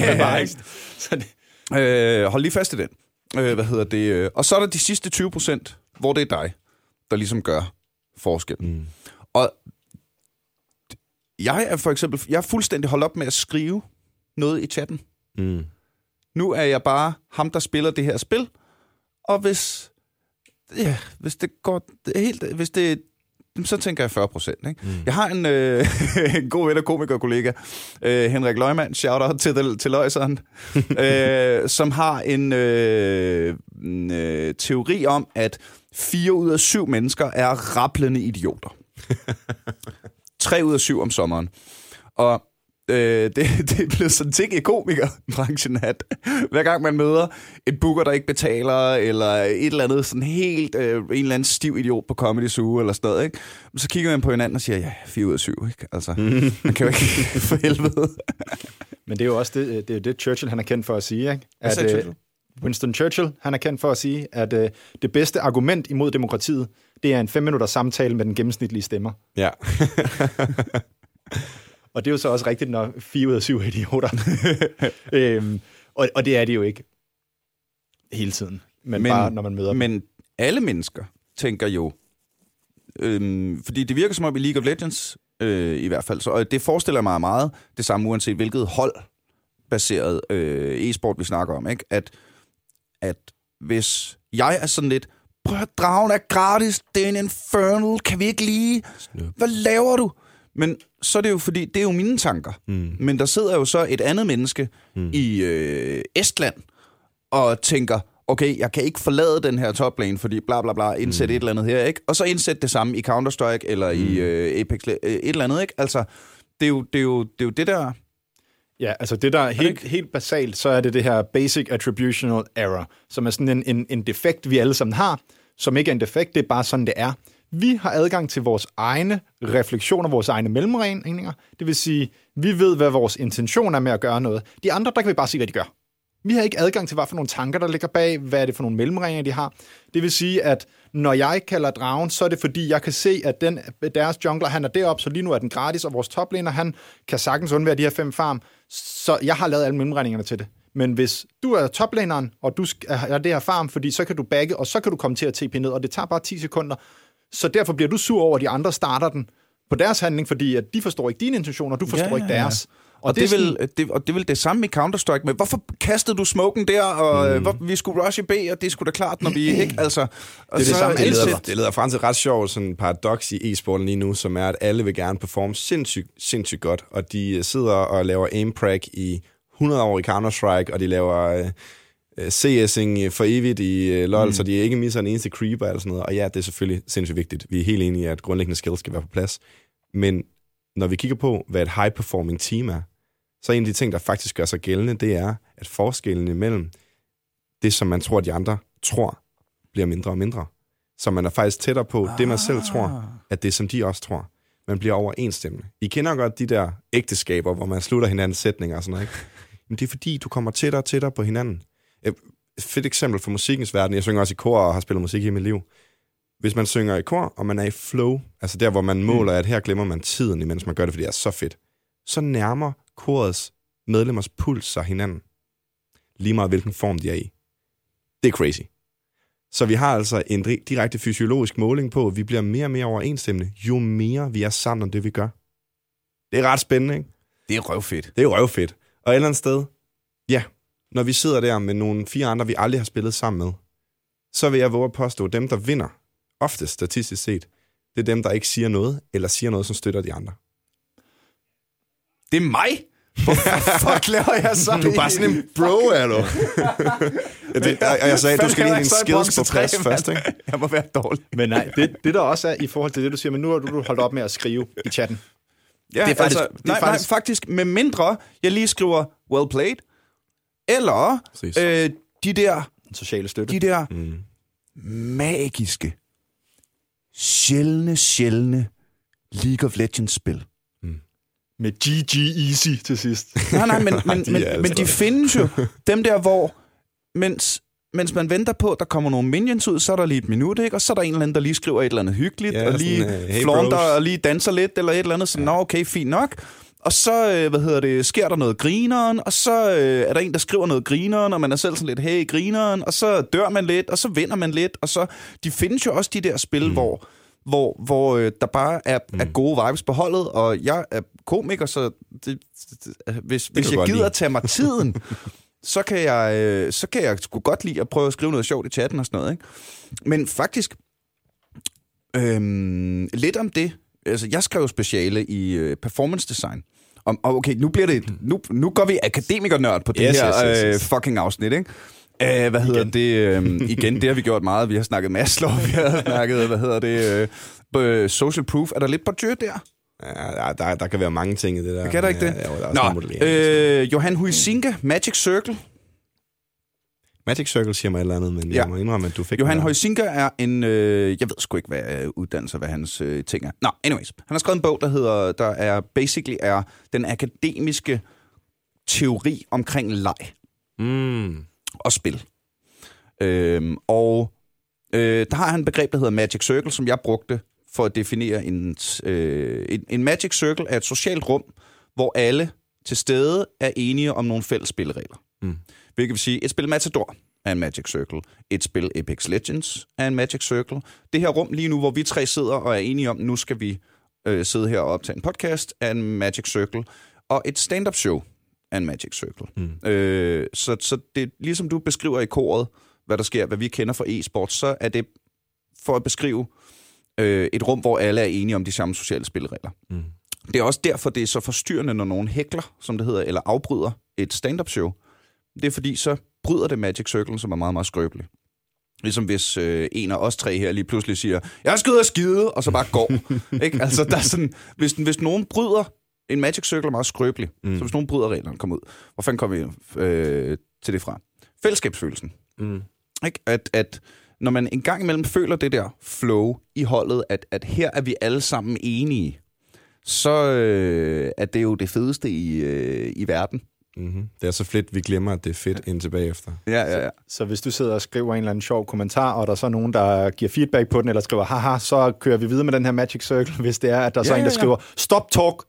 øh, hold lige fast i den. Øh, hvad hedder det? Og så er der de sidste tyve procent, hvor det er dig, der ligesom gør forskellen. Mm. Og jeg er for eksempel, jeg er fuldstændig holdt op med at skrive noget i chatten. Mm. Nu er jeg bare ham, der spiller det her spil, og hvis, ja, hvis det går helt, hvis det så tænker jeg fyrre procent. Ikke? Mm. Jeg har en, øh, en god ven og komikerkollega, øh, Henrik Løgman, shout-out til, til Løjseren, øh, som har en, øh, en øh, teori om, at fire ud af syv mennesker er rablende idioter. Tre ud af syv om sommeren. Og øh, det, det er blevet sådan en ting i komikerbranchen, at hver gang man møder en booker, der ikke betaler, eller et eller andet sådan helt, øh, en eller anden stiv idiot på Comedy Zoo, eller sådan noget, ikke? Så kigger man på hinanden og siger, ja, fire ud af syv, ikke? Altså, man kan jo ikke for helvede. Men det er jo også det, det, er det Churchill, han er kendt for at sige, ikke? At, Hvad Churchill? Winston Churchill, han er kendt for at sige, at øh, det bedste argument imod demokratiet, det er en fem minutters samtale med den gennemsnitlige stemmer. Ja. Og det er jo så også rigtigt, når fire ud af syv idioter. øhm, og, og det er det jo ikke hele tiden, men, men bare når man møder Men alle mennesker tænker jo, øhm, fordi det virker som om i League of Legends, øh, i hvert fald, så, og det forestiller mig meget det samme, uanset hvilket holdbaseret øh, e-sport vi snakker om, ikke? At, at hvis jeg er sådan lidt, prøv at dragen er gratis, det er en infernal, kan vi ikke lige, hvad laver du? Men så er det jo fordi, det er jo mine tanker. Mm. Men der sidder jo så et andet menneske mm. i øh, Estland og tænker, okay, jeg kan ikke forlade den her toplane, fordi bla bla bla, indsætte mm. et eller andet her, ikke? Og så indsætte det samme i Counter-Strike eller mm. i øh, Apex, øh, et eller andet, ikke? Altså, det er jo det, er jo, det, er jo det der... Ja, altså det der er helt, helt basalt, så er det det her Basic Attributional Error, som er sådan en, en, en defekt, vi alle sammen har, som ikke er en defekt, det er bare sådan, det er. Vi har adgang til vores egne refleksioner, vores egne mellemregninger. Det vil sige, vi ved, hvad vores intention er med at gøre noget. De andre, der kan vi bare se, hvad de gør. Vi har ikke adgang til, hvad for nogle tanker, der ligger bag, hvad er det for nogle mellemregninger, de har. Det vil sige, at når jeg kalder dragen, så er det fordi, jeg kan se, at den, deres jungler, han er deroppe, så lige nu er den gratis, og vores toplaner, han kan sagtens undvære de her fem farm. Så jeg har lavet alle mellemregningerne til det. Men hvis du er toplaneren, og du er det her farm, fordi så kan du bagge, og så kan du komme til at T P ned, og det tager bare ti sekunder. Så derfor bliver du sur over, at de andre starter den på deres handling, fordi at de forstår ikke dine intentioner, og du forstår ja, ikke deres. Og, og, det, det, sådan... vil, det, og det vil det samme i Counter-Strike med, hvorfor kastede du smoken der, og mm. hvor, vi skulle rush i B, og det skulle da klart, når vi ikke, altså... Det er det samme, det leder, det leder frem til ret sjovt, sådan en paradoks i e-sporten lige nu, som er, at alle vil gerne performe sindssygt, sindssygt godt, og de sidder og laver aim-prack i hundrede år i Counter-Strike, og de laver... Uh, C S'ing for evigt i uh, LoL, mm. så de ikke misser en eneste creeper eller sådan noget. Og ja, det er selvfølgelig sindssygt vigtigt. Vi er helt enige i, at grundlæggende skills skal være på plads. Men når vi kigger på, hvad et high-performing team er, så er en af de ting, der faktisk gør sig gældende, det er, at forskellen imellem det, som man tror, de andre tror, bliver mindre og mindre. Så man er faktisk tættere på ah. det, man selv tror, at det, som de også tror. Man bliver overensstemmende. I kender godt de der ægteskaber, hvor man slutter hinandens sætninger og sådan noget, ikke? Men det er fordi, du kommer tættere og tættere på hinanden. Et fedt eksempel for musikkens verden. Jeg synger også i kor og har spillet musik i mit liv. Hvis man synger i kor, og man er i flow, altså der, hvor man måler, at her glemmer man tiden, imens man gør det, fordi det er så fedt, så nærmer korets medlemmers puls sig hinanden. Lige meget hvilken form de er i. Det er crazy. Så vi har altså en direkte fysiologisk måling på, at vi bliver mere og mere overensstemmende, jo mere vi er sammen om det, vi gør. Det er ret spændende, ikke? Det er røvfedt. Det er røvfedt. Og et eller andet sted, ja, når vi sidder der med nogle fire andre, vi aldrig har spillet sammen med, så vil jeg våge at påstå, at dem, der vinder, ofte statistisk set, det er dem, der ikke siger noget, eller siger noget, som støtter de andre. Det er mig? Hvorfor fuck laver jeg så? Du er bare sådan en bro, er du? ja, det, og jeg sagde, du skal lige have en skills på plads først, ikke? Jeg må være dårlig. Men nej, det, det der også er i forhold til det, du siger, men nu har du holdt op med at skrive i chatten. Ja, det er faktisk, altså, det er nej, faktisk... nej, faktisk med mindre, jeg lige skriver well played, eller øh, de der sociale støtte. De der mm. magiske, sjældne, sjældne League of Legends-spil. Mm. Med G G Easy til sidst. Nej, nej, men, men, de, men, altså. men de findes jo. Dem der, hvor mens, mens man venter på, at der kommer nogle minions ud, så er der lige et minut, ikke? Og så er der en eller anden, der lige skriver et eller andet hyggeligt, ja, og lige sådan, uh, hey flaunter og lige danser lidt, eller et eller andet. Så ja. Nå, okay, fint nok. Og så, hvad hedder det, sker der noget grineren, og så øh, er der en, der skriver noget grineren, og man er selv sådan lidt, hey, grineren, og så dør man lidt, og så vinder man lidt, og så, de findes jo også de der spil, mm. hvor, hvor, hvor øh, der bare er, mm. er gode vibes på holdet, og jeg er komiker, så det, det, hvis, det hvis jeg gider at tage mig tiden, så kan jeg, øh, så kan jeg sgu godt lide at prøve at skrive noget sjovt i chatten og sådan noget, ikke? Men faktisk, Øhm, lidt om det. Altså, jeg skrev speciale i uh, performance design. Om, og okay, nu bliver det... Nu, nu går vi akademikernørd på det yes, her yes, yes, yes. Uh, fucking afsnit, ikke? Uh, hvad hedder igen. det? Um, igen, det har vi gjort meget. Vi har snakket Maslow, vi har snakket, hvad hedder det? Uh, uh, social proof. Er der lidt på dyr der? Ja, der, der kan være mange ting i det der. Kan der ikke det? Ja, ja, der Nå, øh, Johan Huizinga, Magic Circle. Magic Circle siger mig et eller andet, men ja. Jeg må indrømme, at du fik... Johan Huizinga er en... Øh, jeg ved sgu ikke, hvad uddannelse, hvad hans øh, ting er. Nå, anyways. Han har skrevet en bog, der hedder... Der er basically er den akademiske teori omkring leg. Mm. Og spil. Øhm, og øh, der har han et begreb, der hedder Magic Circle, som jeg brugte for at definere en... Øh, en, en Magic Circle er et socialt rum, hvor alle til stede er enige om nogle fælles spilleregler. Mm. Hvilket vil sige, et spil Matador er en Magic Circle. Et spil Apex Legends er en Magic Circle. Det her rum lige nu, hvor vi tre sidder og er enige om, nu skal vi øh, sidde her og optage en podcast, er en Magic Circle. Og et stand-up show er en Magic Circle. Mm. Øh, så, så det ligesom du beskriver i koret, hvad der sker, hvad vi kender fra e-sport, så er det for at beskrive øh, et rum, hvor alle er enige om de samme sociale spilleregler. Mm. Det er også derfor, det er så forstyrrende, når nogen hækler, som det hedder, eller afbryder et stand-up show. Det er fordi, så bryder det Magic Circle, som er meget, meget skrøbelig. Ligesom hvis øh, en af os tre her lige pludselig siger, jeg skal ud og skide, og så bare går. Ikke? Altså, der er sådan, hvis, hvis nogen bryder, en Magic Circle er meget skrøbelig, mm. så hvis nogen bryder reglerne, kommer ud. Hvor fanden kommer vi øh, til det fra? Fællesskabsfølelsen. Mm. Ikke? At, at når man en gang imellem føler det der flow i holdet, at, at her er vi alle sammen enige, så øh, er det jo det fedeste i, øh, i verden. Mm-hmm. Det er så fedt, vi glemmer, at det er fedt ind tilbage efter. Ja, ja, ja. Så, så hvis du sidder og skriver en eller anden sjov kommentar, og der er så nogen, der giver feedback på den, eller skriver, haha, så kører vi videre med den her Magic Circle, hvis det er, at der er så ja, en, der ja, ja. skriver, stop talk.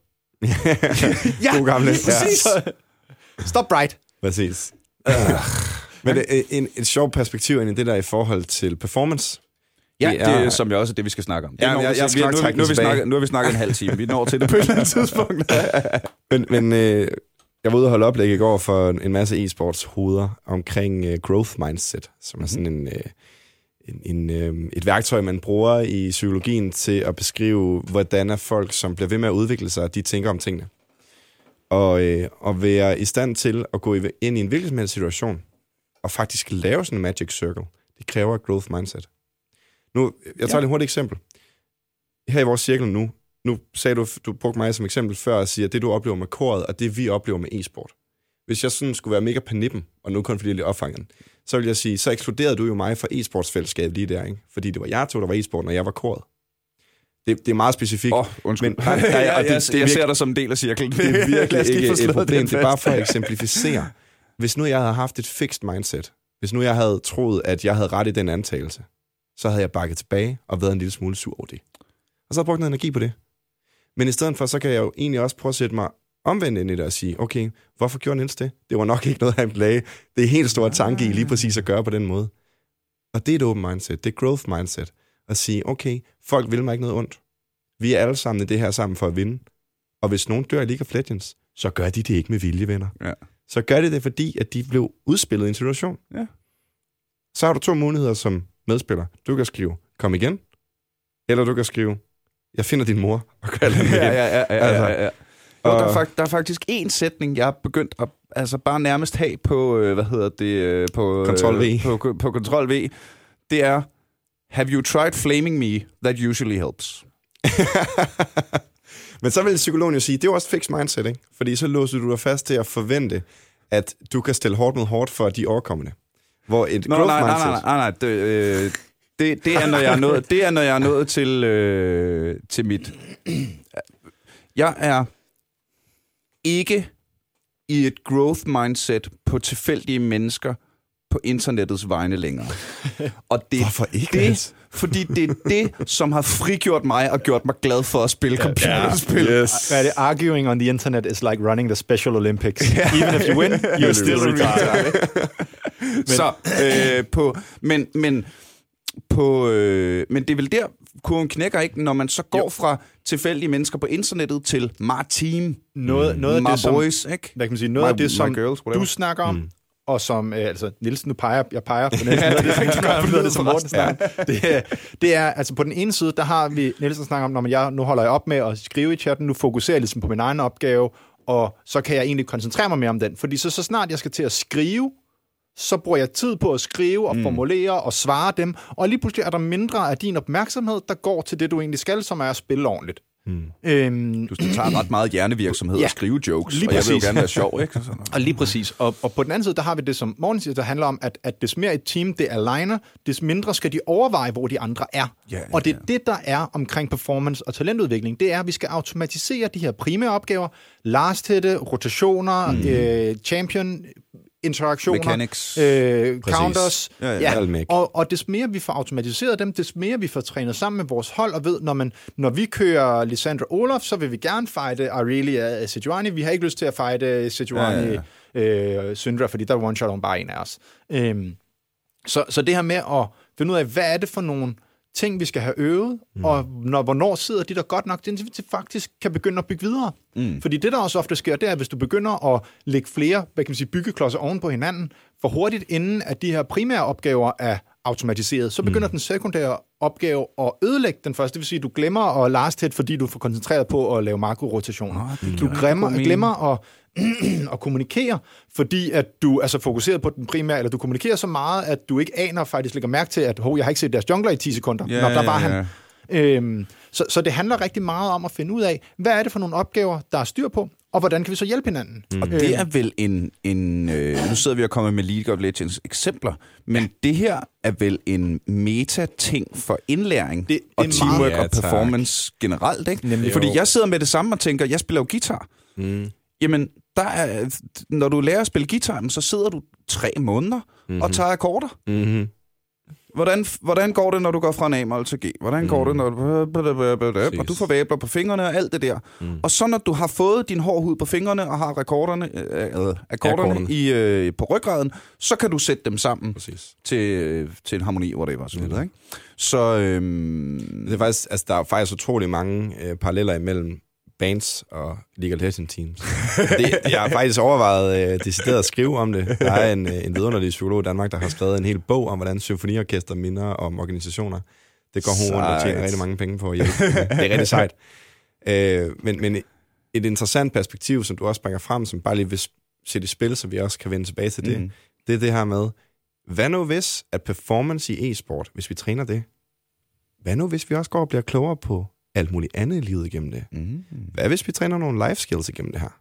ja, god gamle. Præcis. Ja. Stop right. Præcis. Uh. Men det er en, et sjovt perspektiv ind i det der i forhold til performance. Ja, det er, det er som jeg også er det, vi skal snakke om. Det ja, jeg, jeg, jeg skal vi, nok nu, trække nu, nu, vi tilbage. snakket, nu har vi snakket en halv time. Vi når til det på et eller andet tidspunkt. men men øh, jeg var ude og holde oplæg i går for en masse e-sports hoveder omkring øh, growth mindset, som er sådan en, øh, en, en, øh, et værktøj, man bruger i psykologien til at beskrive, hvordan er folk, som bliver ved med at udvikle sig, de tænker om tingene. Og, øh, og være i stand til at gå ind i en hvilken som helst situation, og faktisk lave sådan en magic circle, det kræver et growth mindset. Nu, jeg tager ja. et hurtigt eksempel. Her i vores cirkel nu, nu sagde du, du brugte mig som eksempel før og siger, at det du oplever med koret, og det vi oplever med e-sport. Hvis jeg sådan skulle være mega panippen, og nu kun fordi jeg lige opfanget, så vil jeg sige, så ekskluderede du jo mig fra e-sportsfællesskabet lige der, ikke? Fordi det var jeg to, der var e-sporten, og jeg var koret. Det, det er meget specifikt. Åh, oh, undskyld. Men, nej, nej, ja, og det, jeg, det, det jeg ser dig som en del af cirklen. Det er virkelig ikke et problem. Det, det er bare for at eksemplificere. Hvis nu jeg havde haft et fixed mindset, hvis nu jeg havde troet, at jeg havde ret i den antagelse, så havde jeg bakket tilbage og været en lille smule sur over det. Og så har jeg brugt noget energi på det. Men i stedet for, så kan jeg jo egentlig også prøve at sætte mig omvendt ind i det og sige, okay, hvorfor gjorde Niels det? Det var nok ikke noget, han lagde. Det er helt stor tanke i lige præcis at gøre på den måde. Og det er et open mindset, det er growth mindset. At sige, okay, folk vil mig ikke noget ondt. Vi er alle sammen i det her sammen for at vinde. Og hvis nogen dør i League of Legends, så gør de det ikke med vilje, venner. Ja. Så gør de det, fordi at de blev udspillet i en situation. Ja. Så har du to muligheder som medspiller. Du kan skrive, kom igen. Eller du kan skrive, jeg finder din mor og gør det igen. Ja, ja, ja, ja, altså, ja, ja. Jo, der, er fakt, der er faktisk én sætning, jeg har begyndt at altså bare nærmest have på, øh, hvad hedder det, øh, på Control V. På, på, på Control V. Det er, have you tried flaming me? That usually helps. Men så vil psykologen jo sige, det er jo også fixed mindset, ikke? Fordi så låser du dig fast til at forvente, at du kan stille hårdt mod hårdt for de overkommende. Hvor et Nå, growth nej, mindset... nej, nej, nej, nej. Det, øh, det, det, er, når jeg er nået, det er, når jeg er nået til, øh, til mit... Jeg er ikke i et growth mindset på tilfældige mennesker på internettets vegne længere. Og det, Hvorfor ikke? Det, fordi det er det, som har frigjort mig og gjort mig glad for at spille computerspil. Yeah. Yes. Hvad er det? Arguing on the internet is like running the Special Olympics. Even if you win, you're still retarded. men, Så, øh, på, men, men, på, øh, men det er vel der, kurven knækker ikke, når man så går jo. fra tilfældige mennesker på internettet til my team, noget, noget my af det, boys, som, ikke? Hvad kan man sige, noget my, af det, som girls, du snakker om, mm. og som, øh, altså Nielsen, nu peger jeg peger på Nielsen, ja, det er rigtig godt, det, det, som Morten snakker. Det, det er, altså på den ene side, der har vi Nielsen snakker om, når jeg, nu holder jeg op med at skrive i chatten, nu fokuserer jeg ligesom på min egen opgave, og så kan jeg egentlig koncentrere mig mere om den, fordi så, så snart jeg skal til at skrive, så bruger jeg tid på at skrive og formulere mm. og svare dem, og lige pludselig er der mindre af din opmærksomhed, der går til det, du egentlig skal, som er at spille ordentligt. Mm. Øhm, du tager ret meget hjernevirksomhed ja, og skrive jokes, og jeg vil jo gerne være sjov, ikke? Sådan. Og lige præcis. Og, og på den anden side, der har vi det, som Morten siger, der handler om, at, at des mere et team det aligner, des mindre skal de overveje, hvor de andre er. Ja, ja, og det er ja. det, der er omkring performance og talentudvikling. Det er, at vi skal automatisere de her primære opgaver, last-hitte, rotationer, mm. øh, champion interaktioner, mechanics, øh, counters, ja, ja, ja. Og, og des mere vi får automatiseret dem, des mere vi får trænet sammen med vores hold, og ved, når, man, når vi kører Lisandro Olaf, så vil vi gerne fighte Aurelia Sejuani. Vi har ikke lyst til at fighte Sejuani ja, ja, ja. øh, Syndra, fordi der er one-shot om bare en af os. Øhm, så, så det her med at finde ud af, hvad er det for nogle ting, vi skal have øvet, mm. og når, hvornår sidder de der godt nok, til at faktisk kan begynde at bygge videre. Mm. Fordi det, der også ofte sker, det er, at hvis du begynder at lægge flere, hvad kan man sige, byggeklodser oven på hinanden, for hurtigt inden, at de her primære opgaver er automatiseret, så begynder mm. den sekundære opgave at ødelægge den første. Det vil sige, at du glemmer at last hit, fordi du får koncentreret på at lave makro-rotationer. Oh, du glemmer, glemmer at og kommunikere, fordi at du er så fokuseret på den primære, eller du kommunikerer så meget, at du ikke aner faktisk lægger mærke til, at hov, jeg har ikke set deres jungler i ti sekunder, yeah, når der var yeah. han. Øhm, så, så det handler rigtig meget om at finde ud af, hvad er det for nogle opgaver, der er styr på, og hvordan kan vi så hjælpe hinanden? Mm. Og det er vel en... en øh, nu sidder vi og kommer med League of Legends eksempler, men ja. det her er vel en meta-ting for indlæring det, det og teamwork ja, og performance generelt, ikke? Nemlig. Fordi jeg sidder med det samme og tænker, jeg spiller jo guitar. Mm. Jamen, der er, når du lærer at spille guitar, så sidder du tre måneder mm-hmm. og tager akkorder. Mm-hmm. Hvordan, hvordan går det, når du går fra en A-mol til G? Hvordan går mm. det, når du... Og du får væbler på fingrene og alt det der. Mm. Og så når du har fået din hård hud på fingrene og har rekorderne, øh, akkorderne, akkorderne. I, øh, på ryggraden, så kan du sætte dem sammen til, til en harmoni, whatever. Så, videre, ikke? Så øhm, det er faktisk, altså, der er faktisk utrolig mange øh, paralleller imellem bands og League of Legends teams. Det, jeg har faktisk overvejet øh, decideret at skrive om det. Der er en, en vidunderlig psykolog i Danmark, der har skrevet en hel bog om, hvordan symfoniorkester minder om organisationer. Det går hun rundt og tjener rigtig mange penge på at hjælpe. Det er rigtig sejt. Øh, men, men et interessant perspektiv, som du også bringer frem, som bare lige vil sætte i spil, så vi også kan vende tilbage til det, mm. det er det her med, hvad nu hvis, at performance i e-sport, hvis vi træner det, hvad nu hvis vi også går og bliver klogere på alt muligt andet i livet igennem det. Mm. Hvad hvis vi træner nogle life skills igennem det her?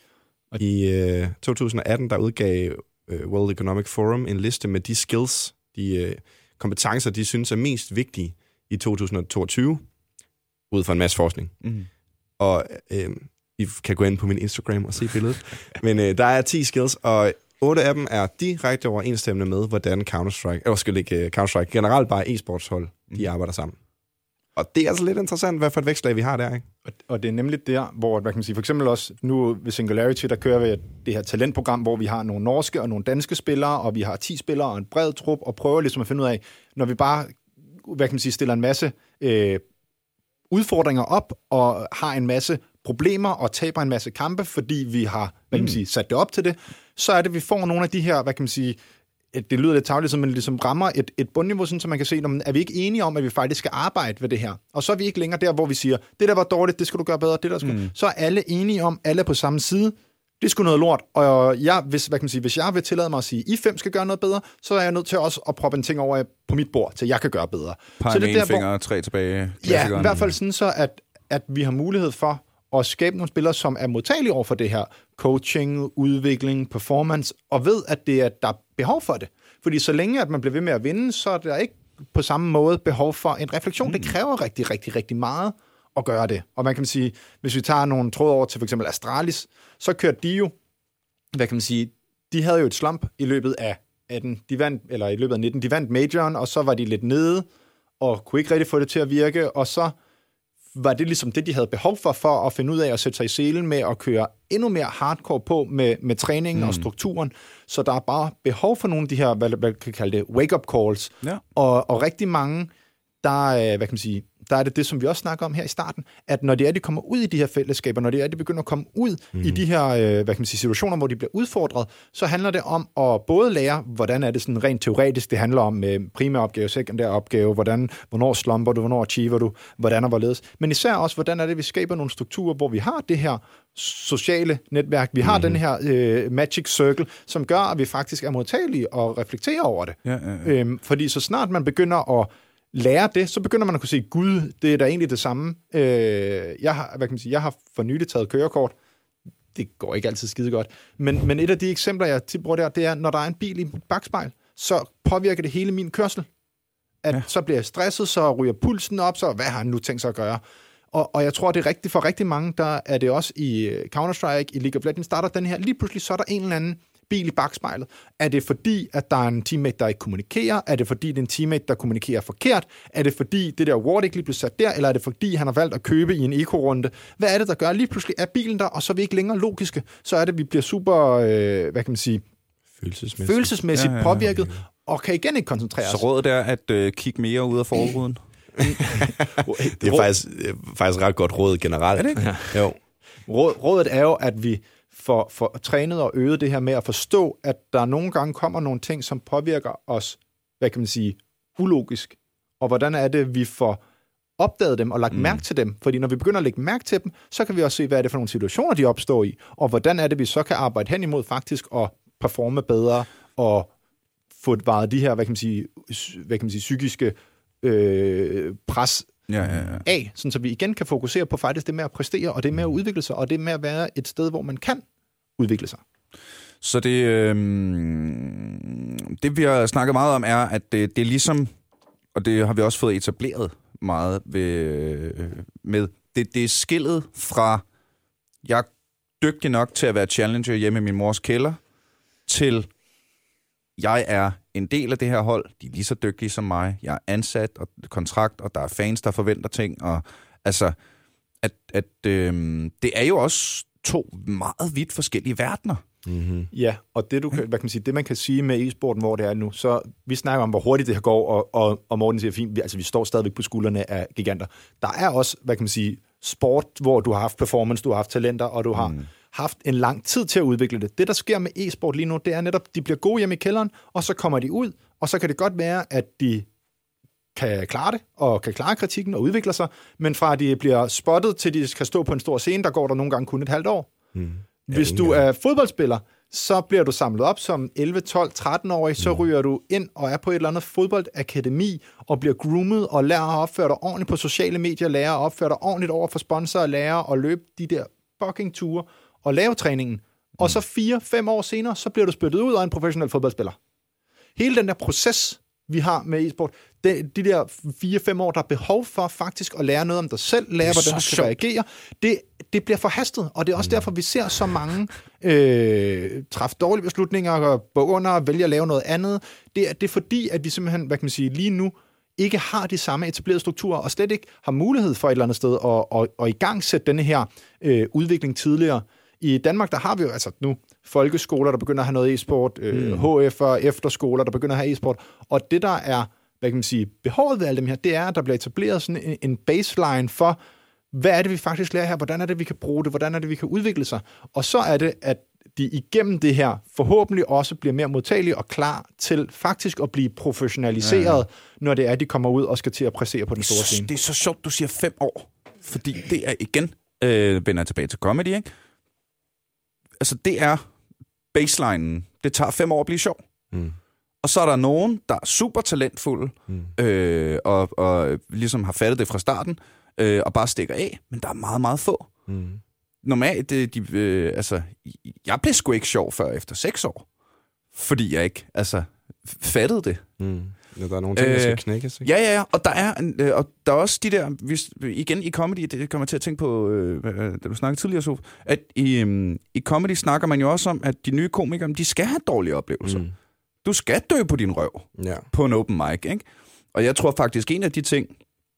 I øh, to tusind atten, der udgav øh, World Economic Forum en liste med de skills, de øh, kompetencer, de synes er mest vigtige i to tusind toogtyve, ud fra en masse forskning. Mm. Og øh, I kan gå ind på min Instagram og se billedet. Men øh, der er ti skills, og otte af dem er direkte overensstemmende med, hvordan Counter-Strike, eller skal ikke Counter-Strike, generelt bare e-sportshold, mm. de arbejder sammen. Og det er altså lidt interessant, hvad for et vækstlag vi har der, ikke? Og, og det er nemlig der, hvor, hvad kan man sige, for eksempel også nu ved Singularity, der kører vi det her talentprogram, hvor vi har nogle norske og nogle danske spillere, og vi har ti spillere og en bred trup, og prøver ligesom at finde ud af, når vi bare, hvad kan man sige, stiller en masse øh, udfordringer op, og har en masse problemer, og taber en masse kampe, fordi vi har, hvad kan man sige, sat det op til det, så er det, vi får nogle af de her, hvad kan man sige, det lyder lidt tavligt, men ligesom rammer et, et bundniveau, sådan, så man kan se, er vi ikke enige om, at vi faktisk skal arbejde ved det her? Og så er vi ikke længere der, hvor vi siger, det der var dårligt, det skal du gøre bedre, det der skal... Mm. Så er alle enige om, alle er på samme side, det er sgu noget lort. Og jeg, hvis, hvad kan man sige, hvis jeg vil tillade mig at sige, I fem skal gøre noget bedre, så er jeg nødt til også at proppe en ting over på mit bord, til jeg kan gøre bedre. Pege med en finger, tre tilbage. Ja, i hvert fald sådan så, at, at vi har mulighed for at skabe nogle spillere, som er modtagelige over for det her coaching, udvikling, performance, og ved, at det er, der er behov for det. Fordi så længe, at man bliver ved med at vinde, så er der ikke på samme måde behov for en refleksion. Mm. Det kræver rigtig, rigtig, rigtig meget at gøre det. Og man kan sige, hvis vi tager nogle tråde over til for eksempel Astralis, så kørte de jo, hvad kan man sige, de havde jo et slump i løbet af atten, de vandt, eller i løbet af nitten, de vandt majoren, og så var de lidt nede, og kunne ikke rigtig få det til at virke, og så var det ligesom det, de havde behov for, for at finde ud af at sætte sig i selen med at køre endnu mere hardcore på med, med træningen mm. og strukturen. Så der er bare behov for nogle af de her, hvad man kan kalde det, wake-up calls. Ja. Og, og rigtig mange, der, hvad kan man sige, der er det det, som vi også snakker om her i starten, at når det er, de kommer ud i de her fællesskaber, når det er, de begynder at komme ud mm. i de her øh, hvad kan man sige, situationer, hvor de bliver udfordret, så handler det om at både lære, hvordan er det sådan rent teoretisk, det handler om øh, primær opgave, sekundær opgave, hvordan, hvornår slumper du, hvornår achiever du, hvordan og hvorledes, men især også, hvordan er det, vi skaber nogle strukturer, hvor vi har det her sociale netværk, vi har mm. den her øh, magic circle, som gør, at vi faktisk er modtagelige og reflekterer over det. Ja, ja, ja. Øhm, fordi så snart man begynder at lære det, så begynder man at kunne se, gud, det er da egentlig det samme. Øh, jeg, har, hvad kan man sige, jeg har for nylig taget kørekort. Det går ikke altid skide godt. Men, men et af de eksempler, jeg tit bruger der, det er, når der er en bil i bagspejl, så påvirker det hele min kørsel. At ja. Så bliver jeg stresset, så ryger pulsen op, så hvad har han nu tænkt sig at gøre? Og, og jeg tror, det er rigtigt for rigtig mange, der er det også i Counter-Strike, i League of Legends, starter den her, lige pludselig så er der en eller anden bil i bagspejlet. Er det fordi, at der er en teammate, der ikke kommunikerer? Er det fordi, det er en teammate, der kommunikerer forkert? Er det fordi, det der ward ikke lige blev sat der? Eller er det fordi, han har valgt at købe i en eco-runde? Hvad er det, der gør? Lige pludselig er bilen der, og så er vi ikke længere logiske. Så er det, vi bliver super, øh, hvad kan man sige, følelsesmæssigt, følelsesmæssigt ja, ja, ja. påvirket, og kan igen ikke koncentrere os. Så rådet er at øh, kigge mere ud af forruden? Det er faktisk, faktisk ret godt råd generelt. Er det ikke? Ja. Jo. Råd, rådet er jo, at vi får, får trænet og øget det her med at forstå, at der nogle gange kommer nogle ting, som påvirker os, hvad kan man sige, ulogisk. Og hvordan er det, vi får opdaget dem og lagt mm. mærke til dem? Fordi når vi begynder at lægge mærke til dem, så kan vi også se, hvad er det for nogle situationer, de opstår i, og hvordan er det, vi så kan arbejde hen imod faktisk at performe bedre og få varet de her, hvad kan man sige, hvad kan man sige psykiske øh, pres ja, ja, ja. af, sådan så vi igen kan fokusere på faktisk det med at præstere, og det med at udvikle sig, og det med at være et sted, hvor man kan udvikle sig. Så det, øh, det vi har snakket meget om, er, at det, det er ligesom, og det har vi også fået etableret meget ved, med, det, det er skillet fra, jeg er dygtig nok til at være challenger hjemme i min mors kælder, til jeg er en del af det her hold, de er lige så dygtige som mig, jeg er ansat og kontrakt, og der er fans, der forventer ting, og altså, at, at øh, det er jo også to meget vidt forskellige verdener. Mm-hmm. Ja, og det, du kan, hvad kan man sige, det man kan sige med e-sporten, hvor det er nu, så vi snakker om, hvor hurtigt det her går, og, og, og Morten siger fint, vi, altså vi står stadigvæk på skuldrene af giganter. Der er også, hvad kan man sige, sport, hvor du har haft performance, du har haft talenter, og du har mm. haft en lang tid til at udvikle det. Det, der sker med e-sport lige nu, det er netop, de bliver gode hjemme i kælderen, og så kommer de ud, og så kan det godt være, at de kan klare det, og kan klare kritikken og udvikle sig, men fra at de bliver spottet, til de kan stå på en stor scene, der går der nogle gange kun et halvt år. Mm. Hvis du er fodboldspiller, så bliver du samlet op som elleve, tolv, tretten-årig, så ryger du ind og er på et eller andet fodboldakademi, og bliver groomet og lærer at opføre dig ordentligt på sociale medier, lærer at opføre dig ordentligt over for sponsorer, lærer at løbe de der fucking ture, og lave træningen. Og så fire, fem år senere, så bliver du spyttet ud af en professionel fodboldspiller. Hele den der proces, vi har med e-sport, de, de der fire, fem år, der er behov for faktisk at lære noget om dig selv, lære, hvordan du skal reagere, det, det bliver forhastet, og det er også derfor, vi ser så mange øh, træffe dårlige beslutninger, og beundre og vælge at lave noget andet. Det er, det er fordi, at vi simpelthen, hvad kan man sige, lige nu ikke har de samme etablerede strukturer, og slet ikke har mulighed for et eller andet sted at, at, at i gang sætte denne her øh, udvikling tidligere. I Danmark, der har vi jo altså nu folkeskoler, der begynder at have noget e-sport, øh, mm. H F'er, efterskoler, der begynder at have e-sport, og det, der er, hvad kan man sige, behovet ved alle dem her, det er, at der bliver etableret sådan en, en baseline for, hvad er det, vi faktisk lærer her, hvordan er det, vi kan bruge det, hvordan er det, vi kan udvikle sig, og så er det, at de igennem det her forhåbentlig også bliver mere modtagelige og klar til faktisk at blive professionaliseret, ja, ja. Når det er, de kommer ud og skal til at præstere på den store scene. Det er så sjovt, du siger fem år, fordi det er igen, øh, vender tilbage til comedy, ikke? Altså, det er baselinen. Det tager fem år at blive sjov. Mm. Og så er der nogen, der er super talentfulde, mm. øh, og, og ligesom har fattet det fra starten, øh, og bare stikker af, men der er meget, meget få. Mm. Normalt, det, de, øh, altså, jeg blev sgu ikke sjov før efter seks år, fordi jeg ikke, altså, fattede det. Mm. Ja, der er nogle ting, der skal knækkes, ikke? Ja, ja, ja, og der er, øh, og der er også de der, hvis, igen i comedy, det kommer til at tænke på, øh, da du snakkede tidligere, Sof, at i, øh, i comedy snakker man jo også om, at de nye komikere, de skal have dårlige oplevelser. Mm. Du skal dø på din røv, ja. På en open mic, ikke? Og jeg tror faktisk, en af de ting,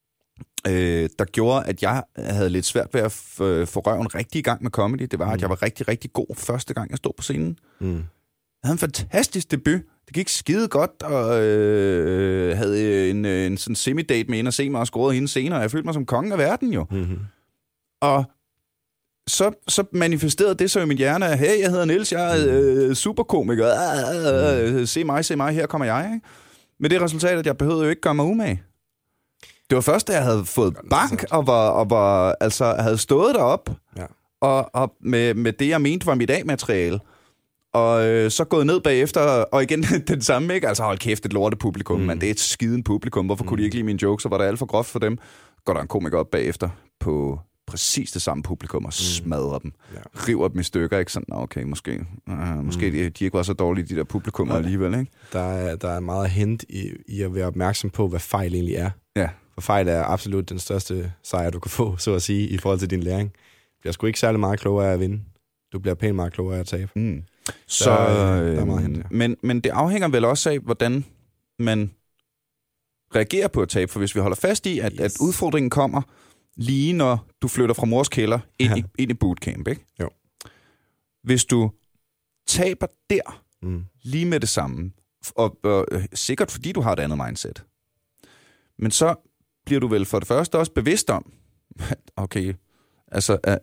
øh, der gjorde, at jeg havde lidt svært ved at f- få røven rigtig i gang med comedy, det var, mm. at jeg var rigtig, rigtig god første gang, jeg stod på scenen. Mm. Jeg havde en fantastisk debut. Det gik skide godt, og øh, havde en, en sådan semi-date med en at se mig og scorede hende senere. Jeg følte mig som kongen af verden jo. Mm-hmm. Og så, så manifesterede det så i min hjerne, at hey, jeg hedder Niels, jeg er øh, superkomiker. Øh, øh, se mig, se mig, her kommer jeg. Ikke? Med det resultat, at jeg behøvede jo ikke gøre mig umage. Det var først, da jeg havde fået bank, og, var, og var, altså, havde stået derop, ja. og, og med, med det, jeg mente var mit A-materiale, og øh, så gået ned bagefter, og igen den samme, ikke? Altså hold kæft, et lortet publikum, mm. men det er et skiden publikum. Hvorfor mm. kunne de ikke lide mine jokes, så var det alt for groft for dem? Går der en komiker op bagefter på præcis det samme publikum og mm. smadrer dem. Ja. River dem i stykker, ikke? Sådan, okay, måske, uh, måske mm. de, de ikke var så dårlige, de der publikummer ja. alligevel, ikke? Der er, der er meget at hente i, i at være opmærksom på, hvad fejl egentlig er. Ja. For fejl er absolut den største sejr, du kan få, så at sige, i forhold til din læring. Du bliver sgu ikke særlig meget klogere af at vinde. Du bliver pænt meget klogere af at tabe. Mm. Så, der, der er meget hente, ja. men, men det afhænger vel også af, hvordan man reagerer på at tabe. For hvis vi holder fast i, at, yes. at udfordringen kommer lige når du flytter fra mors kælder ind, ja. i, ind i bootcamp, ikke? Jo. Hvis du taber der, mm. lige med det samme, og, og sikkert fordi du har et andet mindset, men så bliver du vel for det første også bevidst om, okay, altså, uh,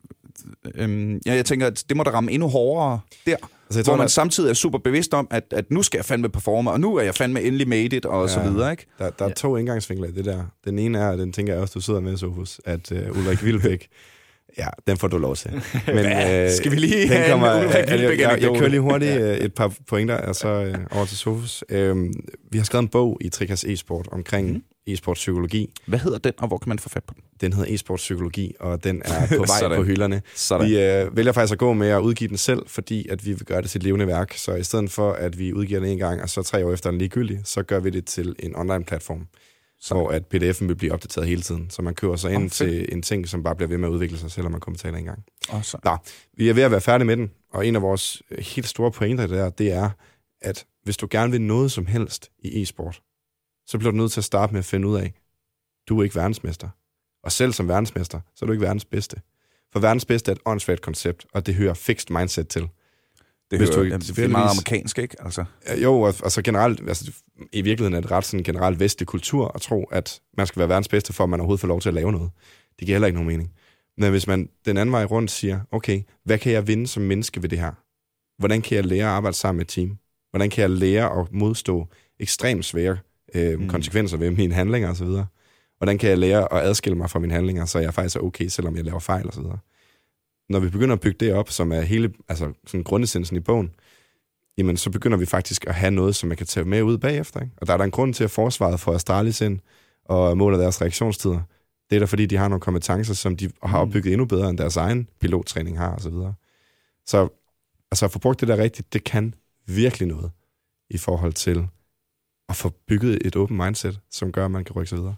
um, ja, jeg tænker, at det må da ramme endnu hårdere der, altså, hvor man at... samtidig er super bevidst om, at, at nu skal jeg fandme performe, og nu er jeg fandme endelig made it, og ja, så videre, ikke? Der, der er to indgangsvinkler i det der. Den ene er, den tænker jeg også, du sidder med, Sofus, at uh, Ulrik Wilbæk, ja, den får du lov til. Men øh, skal vi lige den have kommer, en Ulrik Wilbæk? Jeg, jeg, jeg kører lige hurtigt øh, et par pointer, og så øh, over til Sofus. Øh, vi har skrevet en bog i Trikas e-sport omkring mm. e-sportspsykologi. Hvad hedder den, og hvor kan man få fat på den? Den hedder e-sportspsykologi, og den er på vej på hylderne. Sådan. Vi øh, vælger faktisk at gå med at udgive den selv, fordi at vi vil gøre det til et levende værk. Så i stedet for, at vi udgiver den en gang, og så tre år efter den ligegyldig, så gør vi det til en online-platform. Så. Hvor at P D F'en vil blive opdateret hele tiden. Så man køber sig ind oh, til en ting, som bare bliver ved med at udvikle sig, selvom man kommer til en gang. Oh, så. Nå, vi er ved at være færdige med den, og en af vores helt store pointer der, det er, at hvis du gerne vil noget som helst i e-sport, så bliver du nødt til at starte med at finde ud af, du er ikke verdensmester. Og selv som verdensmester, så er du ikke verdens bedste. For verdens bedste er et åndssvagt koncept, og det hører fixed mindset til. Det, hører, du, jamen, det er meget amerikansk, ikke? Altså. Jo, og, og så generelt, altså, i virkeligheden er det ret sådan generelt vestlig kultur at tro, at man skal være verdens bedste, for at man overhovedet får lov til at lave noget. Det giver heller ikke nogen mening. Men hvis man den anden vej rundt siger, okay, hvad kan jeg vinde som menneske ved det her? Hvordan kan jeg lære at arbejde sammen med et team? Hvordan kan jeg lære at modstå ekstremt svære øh, mm. konsekvenser ved mine handlinger osv.? Hvordan kan jeg lære at adskille mig fra mine handlinger, så jeg faktisk er okay, selvom jeg laver fejl osv.? Når vi begynder at bygge det op, som er hele, altså sådan grundessensen i bogen, jamen så begynder vi faktisk at have noget, som man kan tage med ud bagefter. Ikke? Og der er der en grund til, at forsvaret får Astralis ind og måler deres reaktionstider. Det er der, fordi de har nogle kompetencer, som de har opbygget endnu bedre, end deres egen pilottræning har, og så videre. Så altså, at få brugt det der rigtigt, det kan virkelig noget i forhold til at få bygget et åbent mindset, som gør, at man kan rykke sig videre.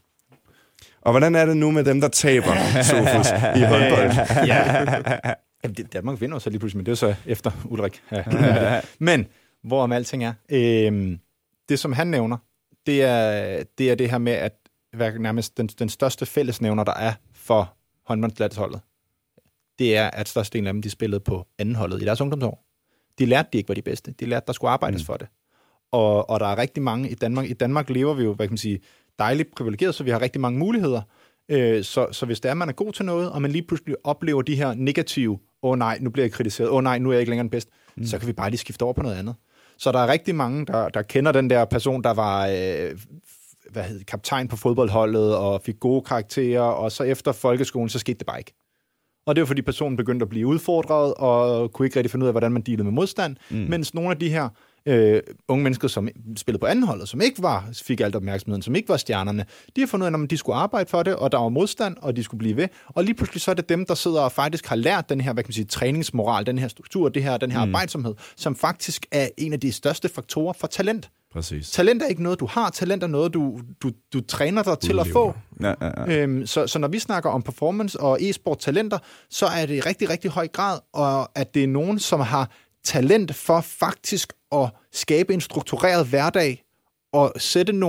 Og hvordan er det nu med dem, der taber, Sofus, i håndbold? Ja. Jamen, det, Danmark vinder så lige pludselig, men det er så efter Ulrik. Ja. Men, hvorom alting er, øh, det som han nævner, det er det, er det her med, at være nærmest den, den største fællesnævner, der er for håndboldlandsholdet, det er, at størstedelen af dem, de spillede på andenholdet i deres ungdomsår. De lærte, de ikke var de bedste. De lærte, der skulle arbejdes mm. for det. Og, og der er rigtig mange i Danmark. I Danmark lever vi jo, hvad kan man sige, dejligt privilegeret, så vi har rigtig mange muligheder. Øh, så, så hvis det er, at man er god til noget, og man lige pludselig oplever de her negative, åh oh, nej, nu bliver jeg kritiseret, åh oh, nej, nu er jeg ikke længere den bedste, mm. så kan vi bare lige skifte over på noget andet. Så der er rigtig mange, der, der kender den der person, der var øh, hvad hed, kaptajn på fodboldholdet, og fik gode karakterer, og så efter folkeskolen, så skete det bare ikke. Og det var, fordi personen begyndte at blive udfordret, og kunne ikke rigtig finde ud af, hvordan man dealede med modstand, mm. mens nogle af de her øh, unge mennesker, som spillede på andenholdet, som ikke var, fik alt opmærksomheden, som ikke var stjernerne, de har fundet ud af, at de skulle arbejde for det, og der var modstand, og de skulle blive ved. Og lige pludselig så er det dem, der sidder og faktisk har lært den her, hvad kan man sige, træningsmoral, den her struktur, det her, den her mm. arbejdsomhed, som faktisk er en af de største faktorer for talent. Præcis. Talent er ikke noget, du har. Talent er noget, du, du, du træner dig til at få. Ja, ja, ja. Øhm, så, så når vi snakker om performance og e-sport-talenter, så er det i rigtig, rigtig høj grad, og at det er nogen, som har talent for faktisk at skabe en struktureret hverdag og sætte nogle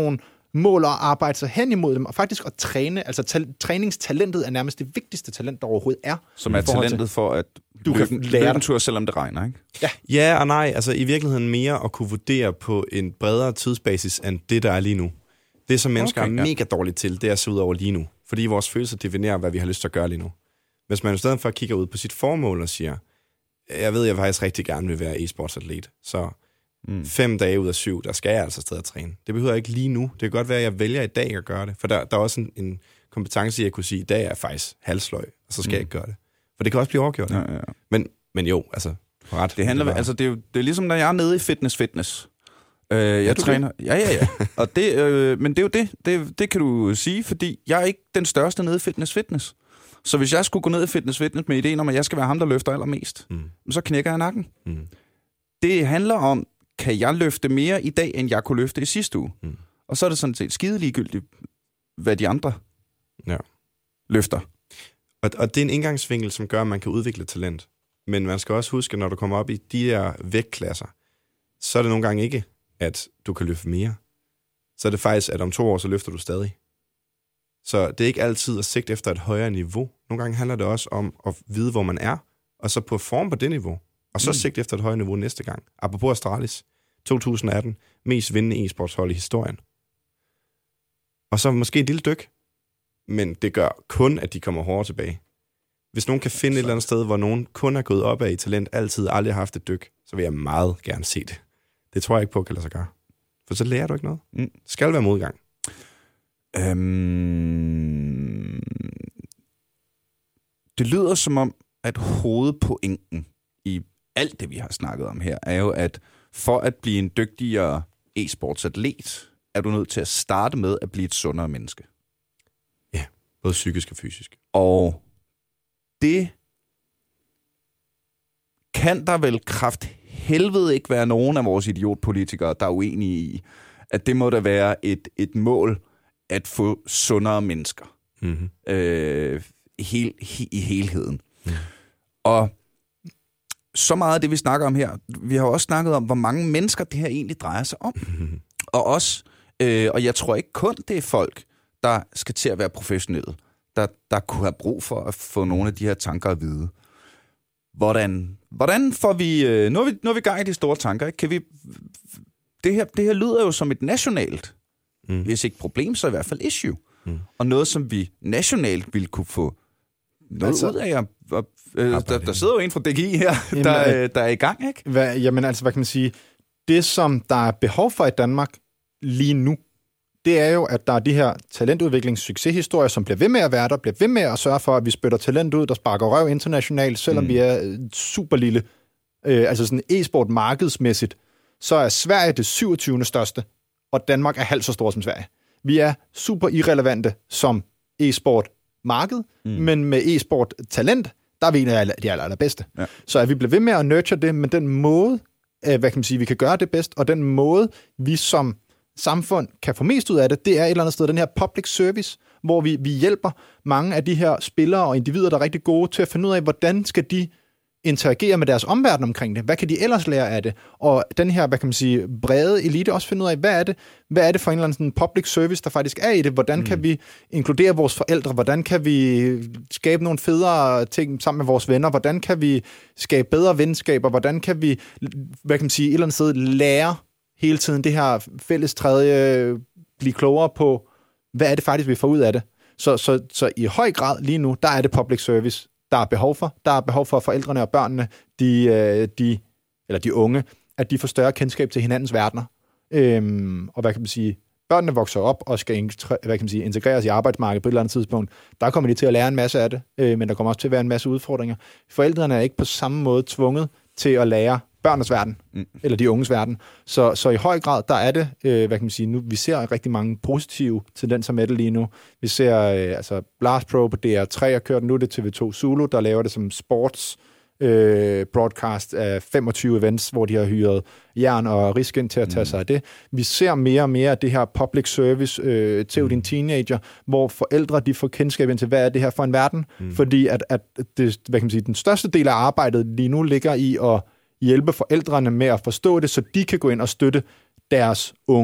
mål og arbejde sig hen imod dem, og faktisk at træne, altså ta- træningstalentet er nærmest det vigtigste talent, der overhovedet er. Som er talentet for at du løbe, kan lære løbe en tur, selvom det regner, ikke? Ja. Ja og nej, altså i virkeligheden mere at kunne vurdere på en bredere tidsbasis, end det, der er lige nu. Det, som mennesker okay, er mega ja. dårligt til, det er at se ud over lige nu. Fordi vores følelser definerer, hvad vi har lyst til at gøre lige nu. Hvis man i stedet for kigger ud på sit formål og siger, jeg ved, jeg faktisk rigtig gerne vil være e-sportsatlet, så mm. fem dage ud af syv, der skal jeg altså stadig at træne. Det behøver ikke lige nu. Det kan godt være, at jeg vælger i dag at gøre det, for der, der er også en, en kompetence i at kunne sige, i dag er jeg faktisk halvsløj, og så skal mm. jeg ikke gøre det. For det kan også blive overgjort. Ja, ja, ja. Men, men jo, altså, ret. Det handler, det altså, det er, jo, det er ligesom, når jeg er nede i fitness fitness. Øh, jeg ja, træner. Det? Ja, ja, ja. Og det, øh, men det er jo det. det. Det kan du sige, fordi jeg er ikke den største nede i fitness fitness. Så hvis jeg skulle gå ned i fitness fitness med ideen om, at jeg skal være ham, der løfter allermest, mm. så knækker jeg nakken. Mm. Det handler om, kan jeg løfte mere i dag, end jeg kunne løfte i sidste uge? Mm. Og så er det sådan set skide ligegyldigt, hvad de andre ja. løfter. Og, og det er en indgangsvinkel, som gør, at man kan udvikle talent. Men man skal også huske, når du kommer op i de her vægtklasser, så er det nogle gange ikke, at du kan løfte mere. Så er det faktisk, at om to år, så løfter du stadig. Så det er ikke altid at sigte efter et højere niveau. Nogle gange handler det også om at vide, hvor man er, og så performe på det niveau. Og så mm. sigte efter et højere niveau næste gang. Apropos Astralis, to tusind atten, mest vindende e-sportshold i historien. Og så måske et lille dyk, men det gør kun, at de kommer hårdere tilbage. Hvis nogen kan finde så. et eller andet sted, hvor nogen kun er gået op af i talent, altid aldrig har haft et dyk, så vil jeg meget gerne se det. Det tror jeg ikke på, kan lade sig gøre. For så lærer du ikke noget. Mm. Det skal være modgang. Øhm... Det lyder som om, at hovedpointen i alt det, vi har snakket om her, er jo, at for at blive en dygtigere e-sportsatlet, er du nødt til at starte med at blive et sundere menneske. Ja, både psykisk og fysisk. Og det kan der vel kraft helvede ikke være nogen af vores idiotpolitikere, der er uenige i, at det må da være et, et mål at få sundere mennesker mm-hmm. øh, hel, he, i helheden. Mm. Og så meget af det, vi snakker om her, vi har også snakket om, hvor mange mennesker det her egentlig drejer sig om. Mm-hmm. Og også, øh, og jeg tror ikke kun, det er folk, der skal til at være professionelle, der, der kunne have brug for at få nogle af de her tanker at vide. Hvordan, hvordan får vi, øh, nu er vi, nu er vi gang i de store tanker, ikke? Kan vi, det her, det her lyder jo som et nationalt, mm. hvis ikke problem, så i hvert fald issue. Mm. Og noget, som vi nationalt ville kunne få noget altså, ud af. Og, øh, der, der sidder jo en fra D G I her, jamen, der, der er i gang, ikke? Hvad, jamen altså, hvad kan man sige? Det, som der er behov for i Danmark lige nu, det er jo, at der er de her talentudviklingssucceshistorier, som bliver ved med at være der, bliver ved med at sørge for, at vi spytter talent ud, der sparker røv internationalt, selvom mm. vi er super lille. Øh, altså sådan e-sport markedsmæssigt, så er Sverige det syvogtyvende største, og Danmark er halvt så stor som Sverige. Vi er super irrelevante som e-sport marked, mm. men med e-sport talent, der er vi en af de aller, allerbedste. Ja. Så at vi bliver ved med at nurture det, men den måde, hvad kan man sige, vi kan gøre det bedst, og den måde, vi som samfund kan få mest ud af det, det er et eller andet sted den her public service, hvor vi, vi hjælper mange af de her spillere og individer, der er rigtig gode til at finde ud af, hvordan skal de interagere med deres omverden omkring det. Hvad kan de ellers lære af det? Og den her, hvad kan man sige, brede elite også finde ud af, hvad er det, hvad er det for en eller anden sådan public service, der faktisk er i det? Hvordan mm. kan vi inkludere vores forældre? Hvordan kan vi skabe nogle federe ting sammen med vores venner? Hvordan kan vi skabe bedre venskaber? Hvordan kan vi, hvad kan man sige, et eller andet sted lære hele tiden det her fælles tredje, blive klogere på, hvad er det faktisk, vi får ud af det? Så, så, så i høj grad lige nu, der er det public service, der er behov for. Der er behov for, at forældrene og børnene, de, de, eller de unge, at de får større kendskab til hinandens verdener. Øhm, og hvad kan man sige, børnene vokser op og skal hvad kan man sige, integreres i arbejdsmarkedet på et eller andet tidspunkt. Der kommer de til at lære en masse af det, øh, men der kommer også til at være en masse udfordringer. Forældrene er ikke på samme måde tvunget til at lære børnenes verden, mm. eller de unges verden. Så, så i høj grad, der er det, øh, hvad kan man sige, nu, vi ser rigtig mange positive tendenser med det lige nu. Vi ser, øh, altså, Blast Pro på D R tre har kørt, nu er det T V to Zulu, der laver det som sports øh, broadcast af femogtyve events, hvor de har hyret Jern og Risken til at tage mm. sig af det. Vi ser mere og mere af det her public service øh, til mm. din teenager, hvor forældre, de får kendskab ind til, hvad er det her for en verden? Mm. Fordi at, at det, hvad kan man sige, den største del af arbejdet lige nu ligger i at hjælpe forældrene med at forstå det, så de kan gå ind og støtte deres unge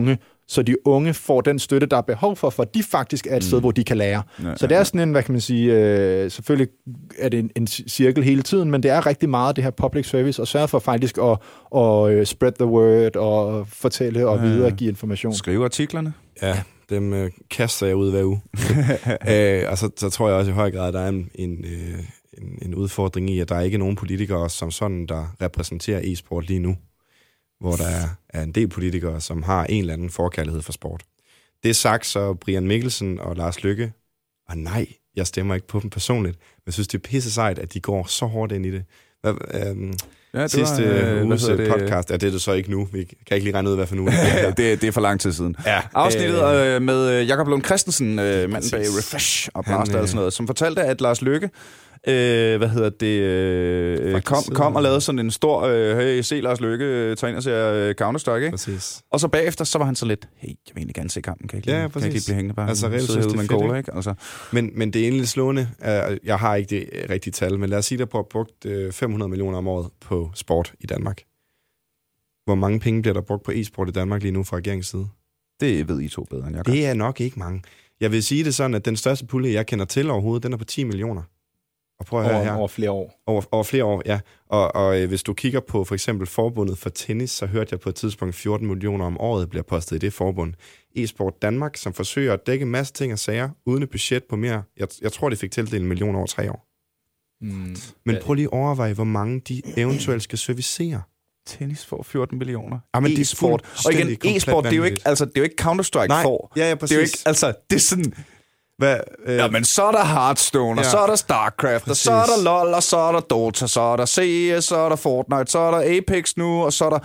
så de unge får den støtte, der er behov for, for de faktisk er et mm. sted, hvor de kan lære. Ja, så det er sådan en, hvad kan man sige, øh, selvfølgelig er det en, en cirkel hele tiden, men det er rigtig meget det her public service, og sørge for faktisk at, at spread the word, og fortælle og videre, give information. Skrive artiklerne. Ja, dem øh, kaster jeg ud hver uge. øh, og så, så tror jeg også i høj grad, at der er en, en, øh, en, en udfordring i, at der ikke er nogen politikere som sådan, der repræsenterer e-sport lige nu, hvor der er, er en del politikere, som har en eller anden forkærlighed for sport. Det er sagt, så Brian Mikkelsen og Lars Løkke, og nej, jeg stemmer ikke på dem personligt, men jeg synes, det er pisse sejt, at de går så hårdt ind i det. Hvad, øhm, ja, det sidste var, uges det? podcast, ja, det er det så ikke nu. Vi kan ikke lige regne ud, hvad for nu det, det er for lang tid siden. Ja. Afsnittet øh, med Jakob Lund Christensen, øh, manden bag Refresh og Blast og sådan noget, som fortalte, at Lars Løkke, Øh, hvad hedder det, øh, kom, kom og lavede sådan en stor, øh, hey, se Lars Løkke, tager ind og ser øh, Counter-Strike, ikke? Præcis. Og så bagefter, så var han så lidt, hey, jeg vil egentlig gerne se kampen, kan jeg ikke, ja, kan jeg ikke blive hængende bare? Altså, reelt sidde ude med en cola, ikke? Altså. Men, men det er egentlig slående, uh, jeg har ikke det rigtige tal, men lad os sige, at der er brugt uh, fem hundrede millioner om året på sport i Danmark. Hvor mange penge bliver der brugt på e-sport i Danmark lige nu fra regeringens side? Det ved I to bedre, end jeg gør. Det er nok ikke mange. Jeg vil sige det sådan, at den største pulje, jeg kender til overhovedet, den er på ti millioner. Og prøv at høre over, her. over flere år. Over, over flere år, ja. Og, og øh, hvis du kigger på for eksempel forbundet for tennis, så hørte jeg på et tidspunkt fjorten millioner om året bliver postet i det forbund. E-sport Danmark, som forsøger at dække en masse ting og sager, uden et budget på mere. Jeg, jeg tror, de fik tildelt en million over tre år. Mm. Men prøv lige at overveje, hvor mange de eventuelt skal servicere. Tennis får fjorten millioner. Ja, men e-sport. Og igen, e-sport, det er jo ikke, altså, det er jo ikke Counter-Strike Nej. for. Ja, ja, præcis. Det er jo ikke, altså, det er sådan... Hvad, øh... Ja, men så er der Hearthstone, og ja. så er der StarCraft, præcis. Og så er der LoL, og så er der Dota, så er der C S, så er der Fortnite, så er der Apex nu, og så er der...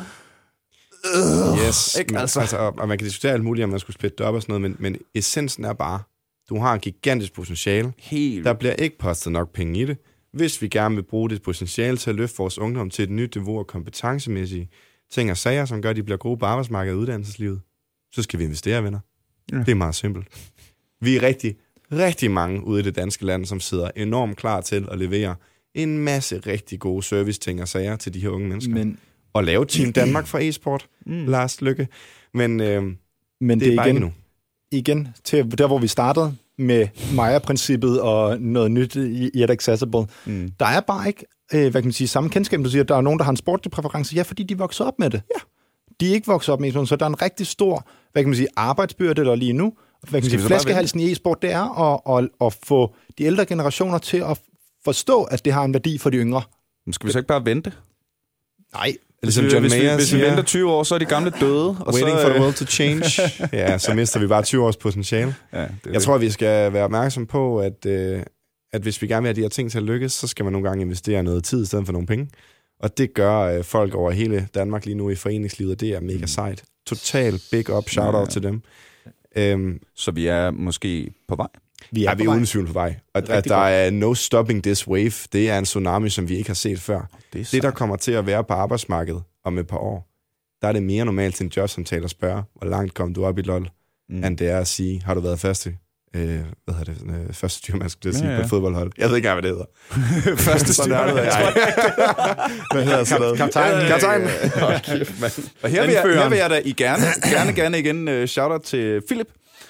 Øh, yes, ikke? Men, altså. Altså, og, og man kan diskutere alt muligt, om man skulle splitte det op og sådan noget, men, men essensen er bare, du har en gigantisk potentiale. Helt. Der bliver ikke postet nok penge i det. Hvis vi gerne vil bruge det potentiale til at løfte vores ungdom til et nyt niveau af kompetencemæssige ting og sager, som gør, at de bliver gode på arbejdsmarkedet og uddannelseslivet, så skal vi investere, venner. Ja. Det er meget simpelt. Vi er rigtig, rigtig mange ude i det danske land, som sidder enormt klar til at levere en masse rigtig gode service-ting og sager til de her unge mennesker. Men, og lave Team Danmark for e-sport, mm. Lars Løkke. Men, øh, Men det, det er bare igen, ikke nu. Igen, til der hvor vi startede med Maja-princippet og noget nyt i, i et accessible. Mm. Der er bare ikke, øh, hvad kan man sige, samme kendskab, du siger, der er nogen, der har en sportlig præference. Ja, fordi de vokser op med det. Ja. De er ikke vokset op med e-sport, så der er en rigtig stor, hvad kan man sige, arbejdsbyrde der lige nu. Hvad kan man sige, flaskehalsen i e-sport, det er at, at, at få de ældre generationer til at forstå, at det har en værdi for de yngre. Men skal vi så ikke bare vente? Nej. Ligesom John hvis, Mayer vi, hvis vi venter tyve år, så er de gamle døde. Og Waiting så, for the world to change. Ja, så mister vi bare tyve års potentiale. Ja, jeg det. tror, vi skal være opmærksom på, at, øh, at hvis vi gerne vil have de her ting til at lykkes, så skal man nogle gange investere noget tid i stedet for nogle penge. Og det gør øh, folk over hele Danmark lige nu i foreningslivet, og det er mega mm. sejt. Total big up, shout-out ja, ja. til dem. Øhm, så vi er måske på vej? Vi er, ja, vi er uden tvivl på vej. Og at der er no stopping this wave, det er en tsunami, som vi ikke har set før. Det, det der kommer til at være på arbejdsmarkedet om et par år, der er det mere normalt til en jobsamtale at spørge, hvor langt kom du op i LOL, mm. end det er at sige, har du været faste, øh, hvad hedder det, øh, første styrmand, skulle jeg sige, ja, ja. på et fodboldhold. Jeg ved ikke engang, hvad det hedder. Første styrmand. Hvad hedder sådan noget? Kaptajn. Kaptajn. Og her vil, jeg, her vil jeg da i gerne, gerne, gerne igen uh, shout-out til Philip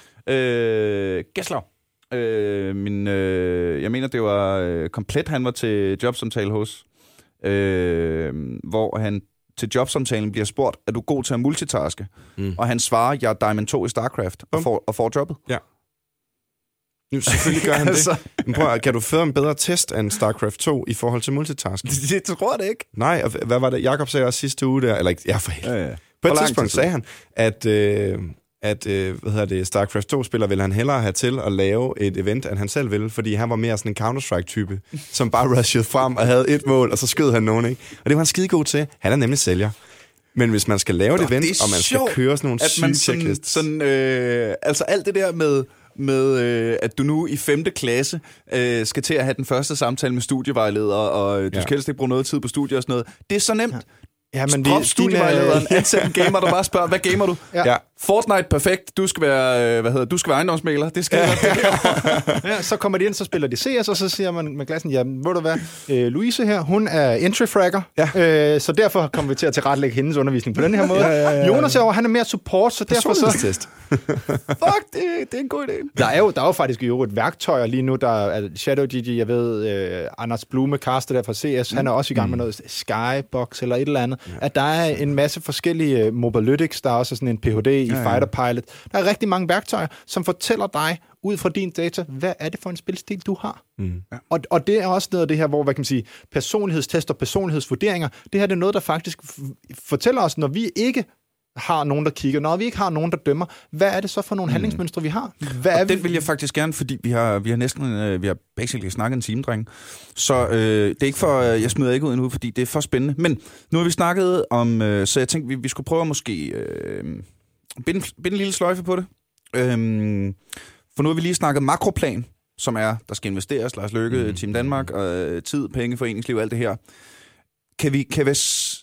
uh, Gessler. Uh, min, uh, jeg mener, det var uh, komplet, han var til jobsamtale hos, uh, hvor han til jobsamtalen bliver spurgt, er du god til at multitaske? Mm. Og han svarer, jeg er Diamond to i StarCraft, og får, og får jobbet. Ja. Nu, selvfølgelig gør han det. Men prøv, kan du føre en bedre test end StarCraft to i forhold til multitasking? Det tror jeg ikke. Nej, og hvad var det? Jakob sagde også sidste uge der, eller ikke, ja for helvede. Ja, ja. På et tidspunkt sagde han, at, øh, at øh, hvad hedder det, StarCraft to-spiller ville han hellere have til at lave et event, end han selv ville, fordi han var mere sådan en Counter-Strike-type, som bare rushede frem og havde et mål, og så skød han nogen, ikke? Og det var han skidegod til. Han er nemlig sælger. Men hvis man skal lave et event, og man skal køre sådan nogle syge checklists. Sådan, øh, altså alt det der med... med, øh, at du nu i femte klasse øh, skal til at have den første samtale med studievejleder, og du ja. skal helst ikke bruge noget tid på studier og sådan noget. Det er så nemt. Ja. Ja, men Drop studievejlederen, ansæt en gamer, der bare spørger, hvad gamer du? Ja. Ja. Fortnite perfekt. Du skal være, øh, hvad hedder, du skal være ejendomsmægler. Det skal ja. Ja, så kommer de ind, så spiller de C S, og så siger man med klassen, ja, ved du hvad, øh, Louise her, hun er entry-fragger, ja. øh, så derfor kommer vi til at tilrettelægge hendes undervisning på den her måde. Ja, ja, ja. Jonas herovre, han er mere support, så derfor så... Fuck, det, det er en god idé. Der er jo, der er jo faktisk jo et værktøj lige nu, der er Shadow G G, jeg ved, øh, Anders Blume, caster der fra C S, mm. han er også i gang med noget Skybox eller et eller andet, ja. At der er en masse forskellige uh, mobalytics, der er også sådan en P H D i ja, ja. Fighter Pilot. Der er rigtig mange værktøjer, som fortæller dig, ud fra din data, hvad er det for en spilstil, du har. Mm. Ja. Og, og det er også noget af det her, hvor, hvad kan man sige, personlighedstest og personlighedsvurderinger, det her det er noget, der faktisk f- fortæller os, når vi ikke har nogen, der kigger, når vi ikke har nogen, der dømmer, hvad er det så for nogle mm. handlingsmønstre, vi har? Hvad og er det vi? vil jeg faktisk gerne, fordi vi har, vi har næsten, øh, vi har basically snakket en time, dreng. Så øh, det er ikke for, øh, jeg smider ikke ud endnu, fordi det er for spændende. Men nu har vi snakket om, øh, så jeg tænkte, vi, vi skulle prøve at måske øh, binde, binde en lille sløjfe på det. Øh, for nu har vi lige snakket makroplan, som er, der skal investeres, Lars Løkke, mm. Team Danmark, øh, tid, penge, foreningsliv, alt det her. Kan vi, kan vi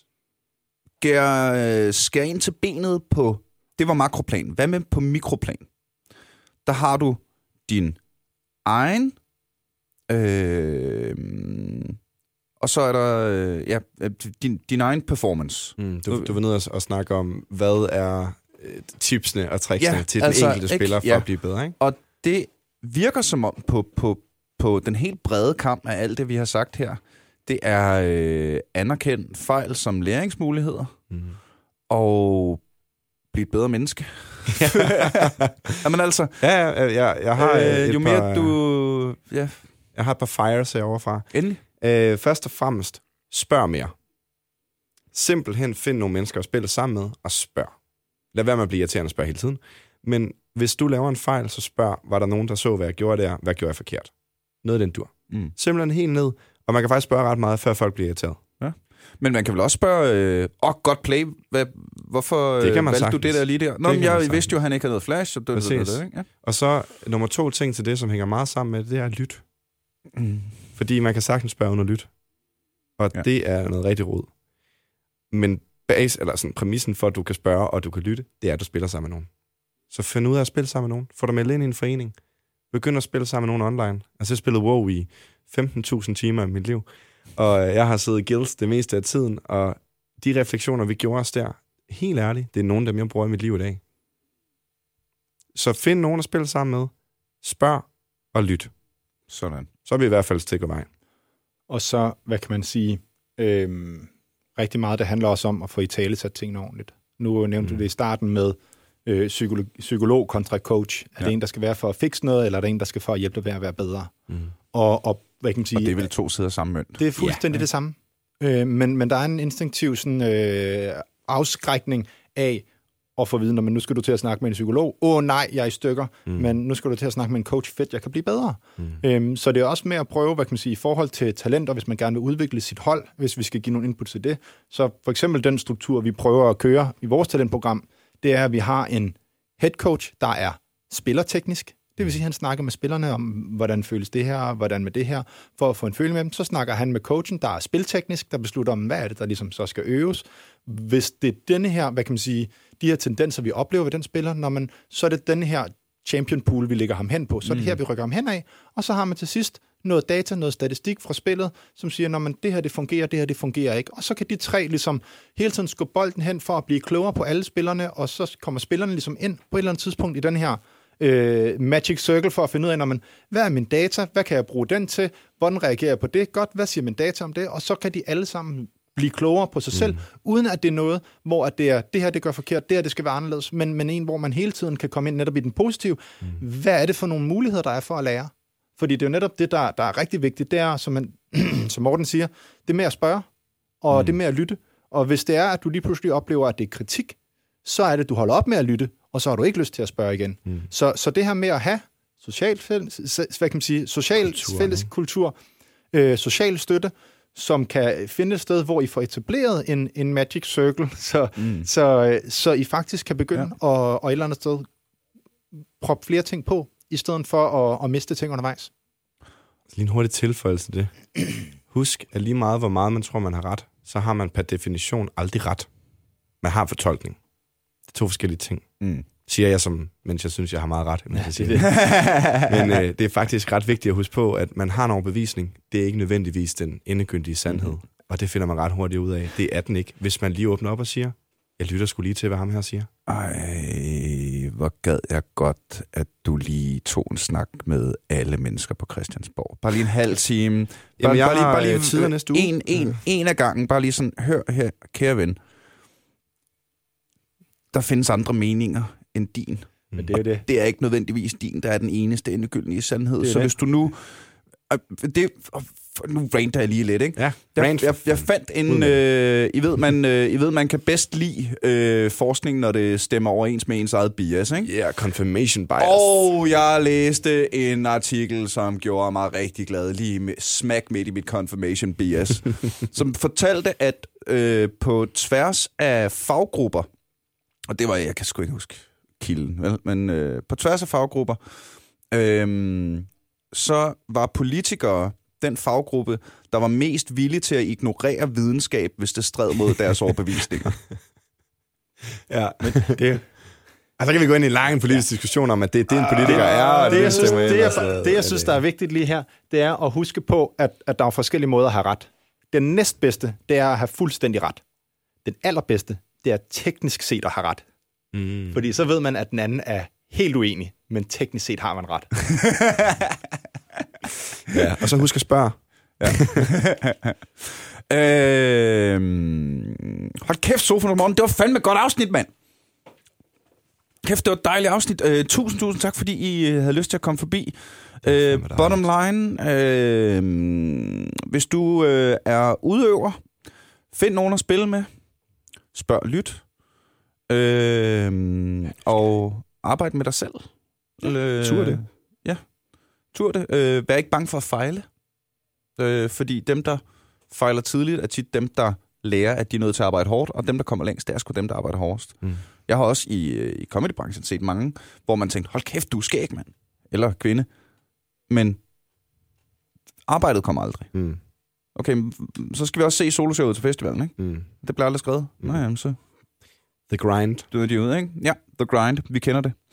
skære, skære ind til benet på, det var makroplan. Hvad med på mikroplan? Der har du din egen, øh, og så er der øh, ja, din, din egen performance. Mm, du, du vil ned og, og snakke om, hvad er øh, tipsene og tricksene ja, til den altså, enkelte spiller for ja. At blive bedre, ikke? Og det virker som om på, på, på den helt brede kamp af alt det, vi har sagt her, det er øh, anerkendt fejl som læringsmuligheder, mm. og blive et bedre menneske. Jamen altså... Ja, ja, ja jeg har øh, jo mere par, du... Ja. Jeg har et par fires herovre fra. Endelig. Øh, først og fremmest, spørg mere. Simpelthen find nogle mennesker at spille sammen med, og spørg. Lad være med at blive irriterende og spørge hele tiden. Men hvis du laver en fejl, så spørg, var der nogen, der så, hvad jeg gjorde der? Hvad gjorde jeg forkert? Noget af den dur. Mm. Simpelthen helt ned. Og man kan faktisk spørge ret meget, før folk bliver irriteret. Ja. Men man kan vel også spørge, øh, åh, oh, godt play, hvad, hvorfor det kan man valgte sagtens. Du det der lige der? Nå, men jeg vidste jo, at han ikke havde noget flash. Så det, det, det, det, ikke? Ja. Og så nummer to ting til det, som hænger meget sammen med det, det er lyt. Mm. Fordi man kan sagtens spørge under lyt. Og ja. Det er noget rigtig rod. Men base, eller sådan, præmissen for, at du kan spørge, og du kan lytte, det er, at du spiller sammen med nogen. Så find ud af at spille sammen med nogen. Få dig meldt ind i en forening. Begynd at spille sammen med nogen online. Altså, jeg spillede WoW i femten tusind timer i mit liv. Og jeg har siddet i guilds det meste af tiden, og de refleksioner, vi gjorde os der, helt ærligt, det er nogle af dem, jeg bruger i mit liv i dag. Så find nogen at spille sammen med, spørg og lyt. Sådan. Så er vi i hvert fald stikket vej. Og så, hvad kan man sige, øhm, rigtig meget, det handler også om at få i tale sat tingene ordentligt. Nu nævnte mm. du det i starten med øh, psykolog, psykolog kontra coach. Er ja. Det en, der skal være for at fikse noget, eller er det en, der skal for at hjælpe dig med at være bedre? Mm. Og, og hvad kan man sige? Og det er vel to sider samme mønt. Det er fuldstændig ja. Det samme. Øh, men, men der er en instinktiv sådan, øh, afskrækning af at få viden, men nu skal du til at snakke med en psykolog. Åh oh, nej, jeg er i stykker. Mm. Men nu skal du til at snakke med en coach. Fedt, jeg kan blive bedre. Mm. Øhm, så det er også med at prøve, hvad kan man sige, i forhold til talenter, hvis man gerne vil udvikle sit hold, hvis vi skal give nogle input til det. Så for eksempel den struktur, vi prøver at køre i vores talentprogram, det er, at vi har en head coach, der er spillerteknisk. Det vil sige, at han snakker med spillerne om, hvordan føles det her, hvordan med det her, for at få en følelse med dem. Så snakker han med coachen, der er spilteknisk, der beslutter om, hvad er det, der ligesom så skal øves. Hvis det er denne her, hvad kan man sige, de her tendenser, vi oplever ved den spiller, når man, så er det denne her champion pool, vi lægger ham hen på. Så er det her, vi rykker ham hen af, og så har man til sidst noget data, noget statistik fra spillet, som siger, når man det her, det fungerer, det her, det fungerer ikke. Og så kan de tre ligesom hele tiden skubbe bolden hen for at blive klogere på alle spillerne, og så kommer spillerne ligesom ind på et eller andet tidspunkt i den her øh, magic circle for at finde ud af, når man, hvad er min data, hvad kan jeg bruge den til, hvordan reagerer jeg på det, godt, hvad siger min data om det, og så kan de alle sammen blive klogere på sig selv, mm. uden at det er noget, hvor at det er, det her, det gør forkert, det her, det skal være anderledes, men, men en, hvor man hele tiden kan komme ind netop i den positive. Mm. Hvad er det for nogle muligheder, der er for at lære? Fordi det er jo netop det, der, der er rigtig vigtigt, det er, som, man, som Morten siger, det med at spørge, og mm. det med at lytte. Og hvis det er, at du lige pludselig oplever, at det er kritik, så er det, at du holder op med at lytte, og så har du ikke lyst til at spørge igen. Mm. Så, så det her med at have social, hvad kan man sige, social kultur, fælles kultur, øh, social støtte, som kan finde et sted, hvor I får etableret en, en magic circle, så, mm. så, så I faktisk kan begynde ja. at, at et eller andet sted proppe flere ting på, i stedet for at, at miste ting undervejs. Lige en hurtig tilføjelse til det. Husk, at lige meget, hvor meget man tror, man har ret, så har man per definition aldrig ret. Man har fortolkning. er to forskellige ting. Mm. Siger jeg, som, mens jeg synes, jeg har meget ret. Ja, jeg siger det. det. Men øh, det er faktisk ret vigtigt at huske på, at man har en overbevisning. Det er ikke nødvendigvis den endegyldige sandhed. Mm-hmm. Og det finder man ret hurtigt ud af. Det er den ikke. Hvis man lige åbner op og siger, jeg lytter sgu lige til, hvad ham her siger. Ej, hvor gad jeg godt, at du lige tog en snak med alle mennesker på Christiansborg. Bare lige en halv time. Bare, Jamen, jeg bare lige, har, bare lige øh, tider næste uge. En, en, en af gangen. Bare lige sådan, hør her, kære ven. Der findes andre meninger end din. Men det er det. Det er ikke nødvendigvis din, der er den eneste endegyldige sandhed. Så det. hvis du nu... Det, nu ranter jeg lige lidt, ikke? Ja, jeg, jeg, jeg fandt en... Øh, I, ved, man, øh, I ved, man kan bedst lide øh, forskning, når det stemmer overens med ens eget bias, ikke? Ja, yeah, confirmation bias. Og jeg læste en artikel, som gjorde mig rigtig glad, lige med, smack midt i mit confirmation bias, som fortalte, at øh, på tværs af faggrupper, og det var, jeg kan sgu ikke huske kilden, vel? Men øh, på tværs af faggrupper, øh, så var politikere den faggruppe, der var mest villige til at ignorere videnskab, hvis det stred mod deres overbevisninger. Ja, men det... Og så kan vi gå ind i en lang politisk diskussion om, at det, det en politiker er. Og Det, det, jeg synes, stemmer det, ind, jeg, og så- det, jeg synes, der er vigtigt lige her, det er at huske på, at, at der er forskellige måder at have ret. Den næstbedste, det er at have fuldstændig ret. Den allerbedste, det er teknisk set at have ret. Mm. Fordi så ved man, at den anden er helt uenig, men teknisk set har man ret. Ja, og så husk at spørge. øh, hold kæft, Sofa nummer morgen. Det var fandme et godt afsnit, mand. Kæft, det var et dejligt afsnit. Uh, tusind, tusind tak, fordi I uh, havde lyst til at komme forbi. Uh, bottom line, uh, hvis du uh, er udøver, find nogen at spille med. Spørg, lyt. Uh, og arbejde med dig selv. Uh, tur det. Ja, tur det. Uh, vær ikke bange for at fejle. Uh, fordi dem, der fejler tidligt, er tit dem, der lærer, at de er nødt til at arbejde hårdt, og dem, der kommer længst, det er sgu dem, der arbejder hårdest. Mm. Jeg har også i, i comedybranchen set mange, hvor man tænkte, hold kæft, du er skæg, mand. Eller kvinde. Men arbejdet kommer aldrig. Mm. Okay, så skal vi også se soloshowet til festivalen, ikke? Mm. Det bliver aldrig skrevet. Mm. Nå jamen, så The grind. døde de ud, ikke? Ja, the grind. Vi kender det.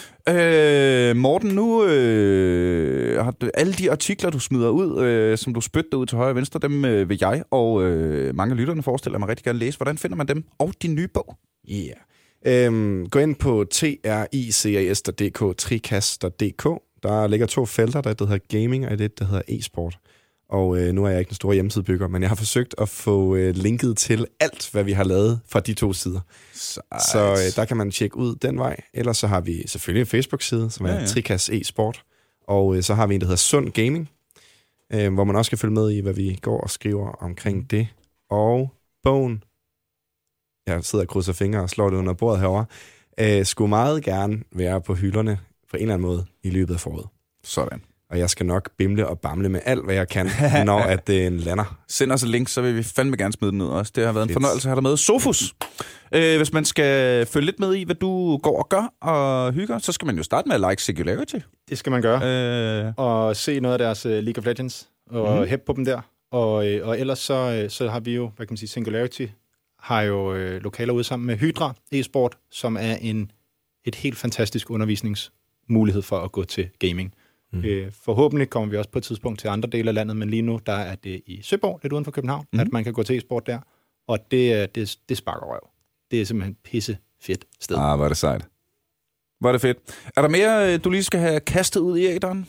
Øh, Morten, nu øh, har du, alle de artikler, du smider ud, øh, som du spytter ud til højre og venstre, dem øh, vil jeg og øh, mange af lytterne forestiller mig rigtig gerne læse. Hvordan finder man dem? Og din nye bog? Yeah. Øhm, gå ind på tricas punktum d k, tricas punktum d k. Der ligger to felter, der hedder gaming, og det, der hedder e-sport. Og øh, nu er jeg ikke den store hjemmesidebygger, men jeg har forsøgt at få øh, linket til alt, hvad vi har lavet fra de to sider. Sejt. Så øh, der kan man tjekke ud den vej. Ellers så har vi selvfølgelig en Facebook-side, som er ja, ja. Tricas e-sport. Og øh, så har vi en, der hedder Sund Gaming, øh, hvor man også kan følge med i, hvad vi går og skriver omkring det. Og bogen, jeg sidder og krydser fingre og slår det under bordet herovre, øh, skulle meget gerne være på hylderne på en eller anden måde i løbet af foråret. Sådan. Og jeg skal nok bimle og bamle med alt, hvad jeg kan, når at den lander. Send os en link, så vil vi fandme gerne smide den ud også. Det har været en fornøjelse at have dig med. Sofus! Øh, hvis man skal følge lidt med i, hvad du går og gør og hygger, så skal man jo starte med at like Singularity. Det skal man gøre. Øh... Og se noget af deres uh, League of Legends, og mm-hmm. hæppe på dem der. Og, øh, og ellers så, øh, så har vi jo, hvad kan man sige, Singularity har jo øh, lokaler ude sammen med Hydra e-sport, som er en, et helt fantastisk undervisningsmulighed for at gå til gaming. Mm. Øh, forhåbentlig kommer vi også på et tidspunkt til andre dele af landet, men lige nu der er det i Søborg, lidt uden for København, mm. at man kan gå til e-sport der, og det, det, det sparker røv. Det er simpelthen pisse fedt sted. Ah, var det sejt. Var det fedt. Er der mere, du lige skal have kastet ud i æderen?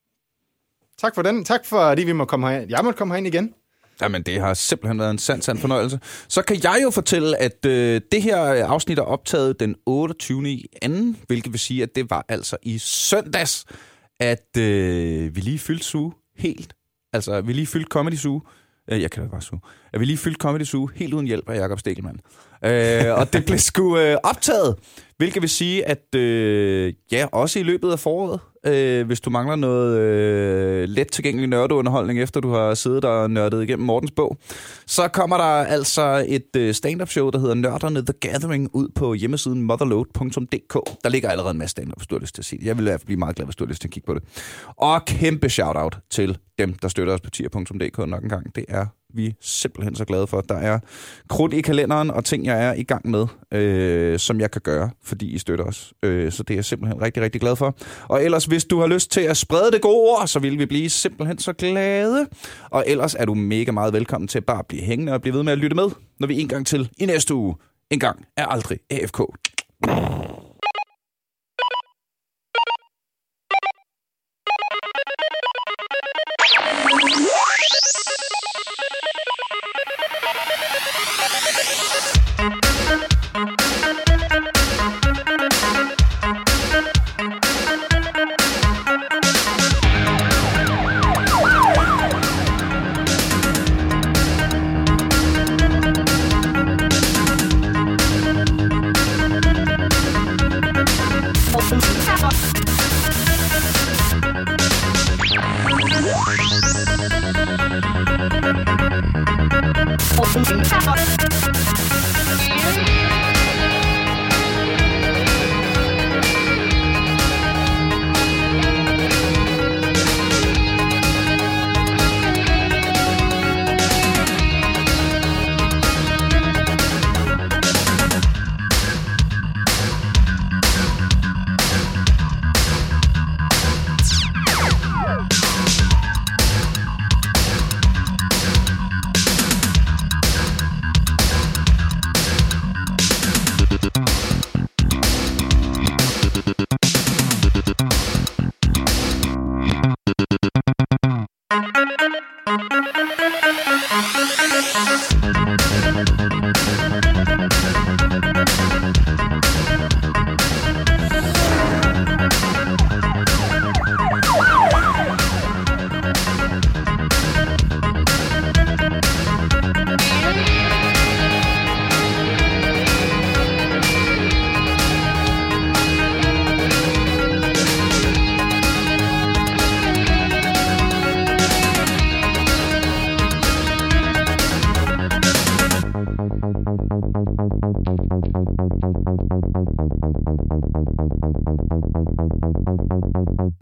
Tak for den. Tak for, at vi må komme herind. Jeg måtte komme herind igen. Jamen, det har simpelthen været en sand, sand fornøjelse. Så kan jeg jo fortælle, at øh, det her afsnit er optaget den otteogtyvende i anden, hvilket vil sige, at det var altså i søndags, at øh, vi lige fyldte suge helt. Altså, vi lige fyldte Comedy Zoo. Øh, jeg kan da bare suge. At vi lige fyldte Comedy Zoo helt uden hjælp af Jakob Stegelmann. Øh, og det blev sgu øh, optaget, hvilket vil sige, at øh, ja, også i løbet af foråret, øh, hvis du mangler noget øh, let tilgængelig nørdeunderholdning, efter du har siddet og nørdet igennem Mortens bog, så kommer der altså et øh, stand-up show, der hedder Nørderne The Gathering, ud på hjemmesiden motherload punktum d k. Der ligger allerede en masse stand-up, hvis du har lyst til at se det. Jeg vil i hvert fald blive meget glad, hvis du har lyst til at kigge på det. Og kæmpe shout-out til dem, der støtter os på tier punktum d k nok en gang. Det er vi simpelthen så glade for. Der er krudt i kalenderen og ting, jeg er i gang med, øh, som jeg kan gøre, fordi I støtter os. Øh, så det er jeg simpelthen rigtig, rigtig glad for. Og ellers, hvis du har lyst til at sprede det gode ord, så vil vi blive simpelthen så glade. Og ellers er du mega meget velkommen til at bare blive hængende og blive ved med at lytte med, når vi en gang til i næste uge en gang er aldrig A F K.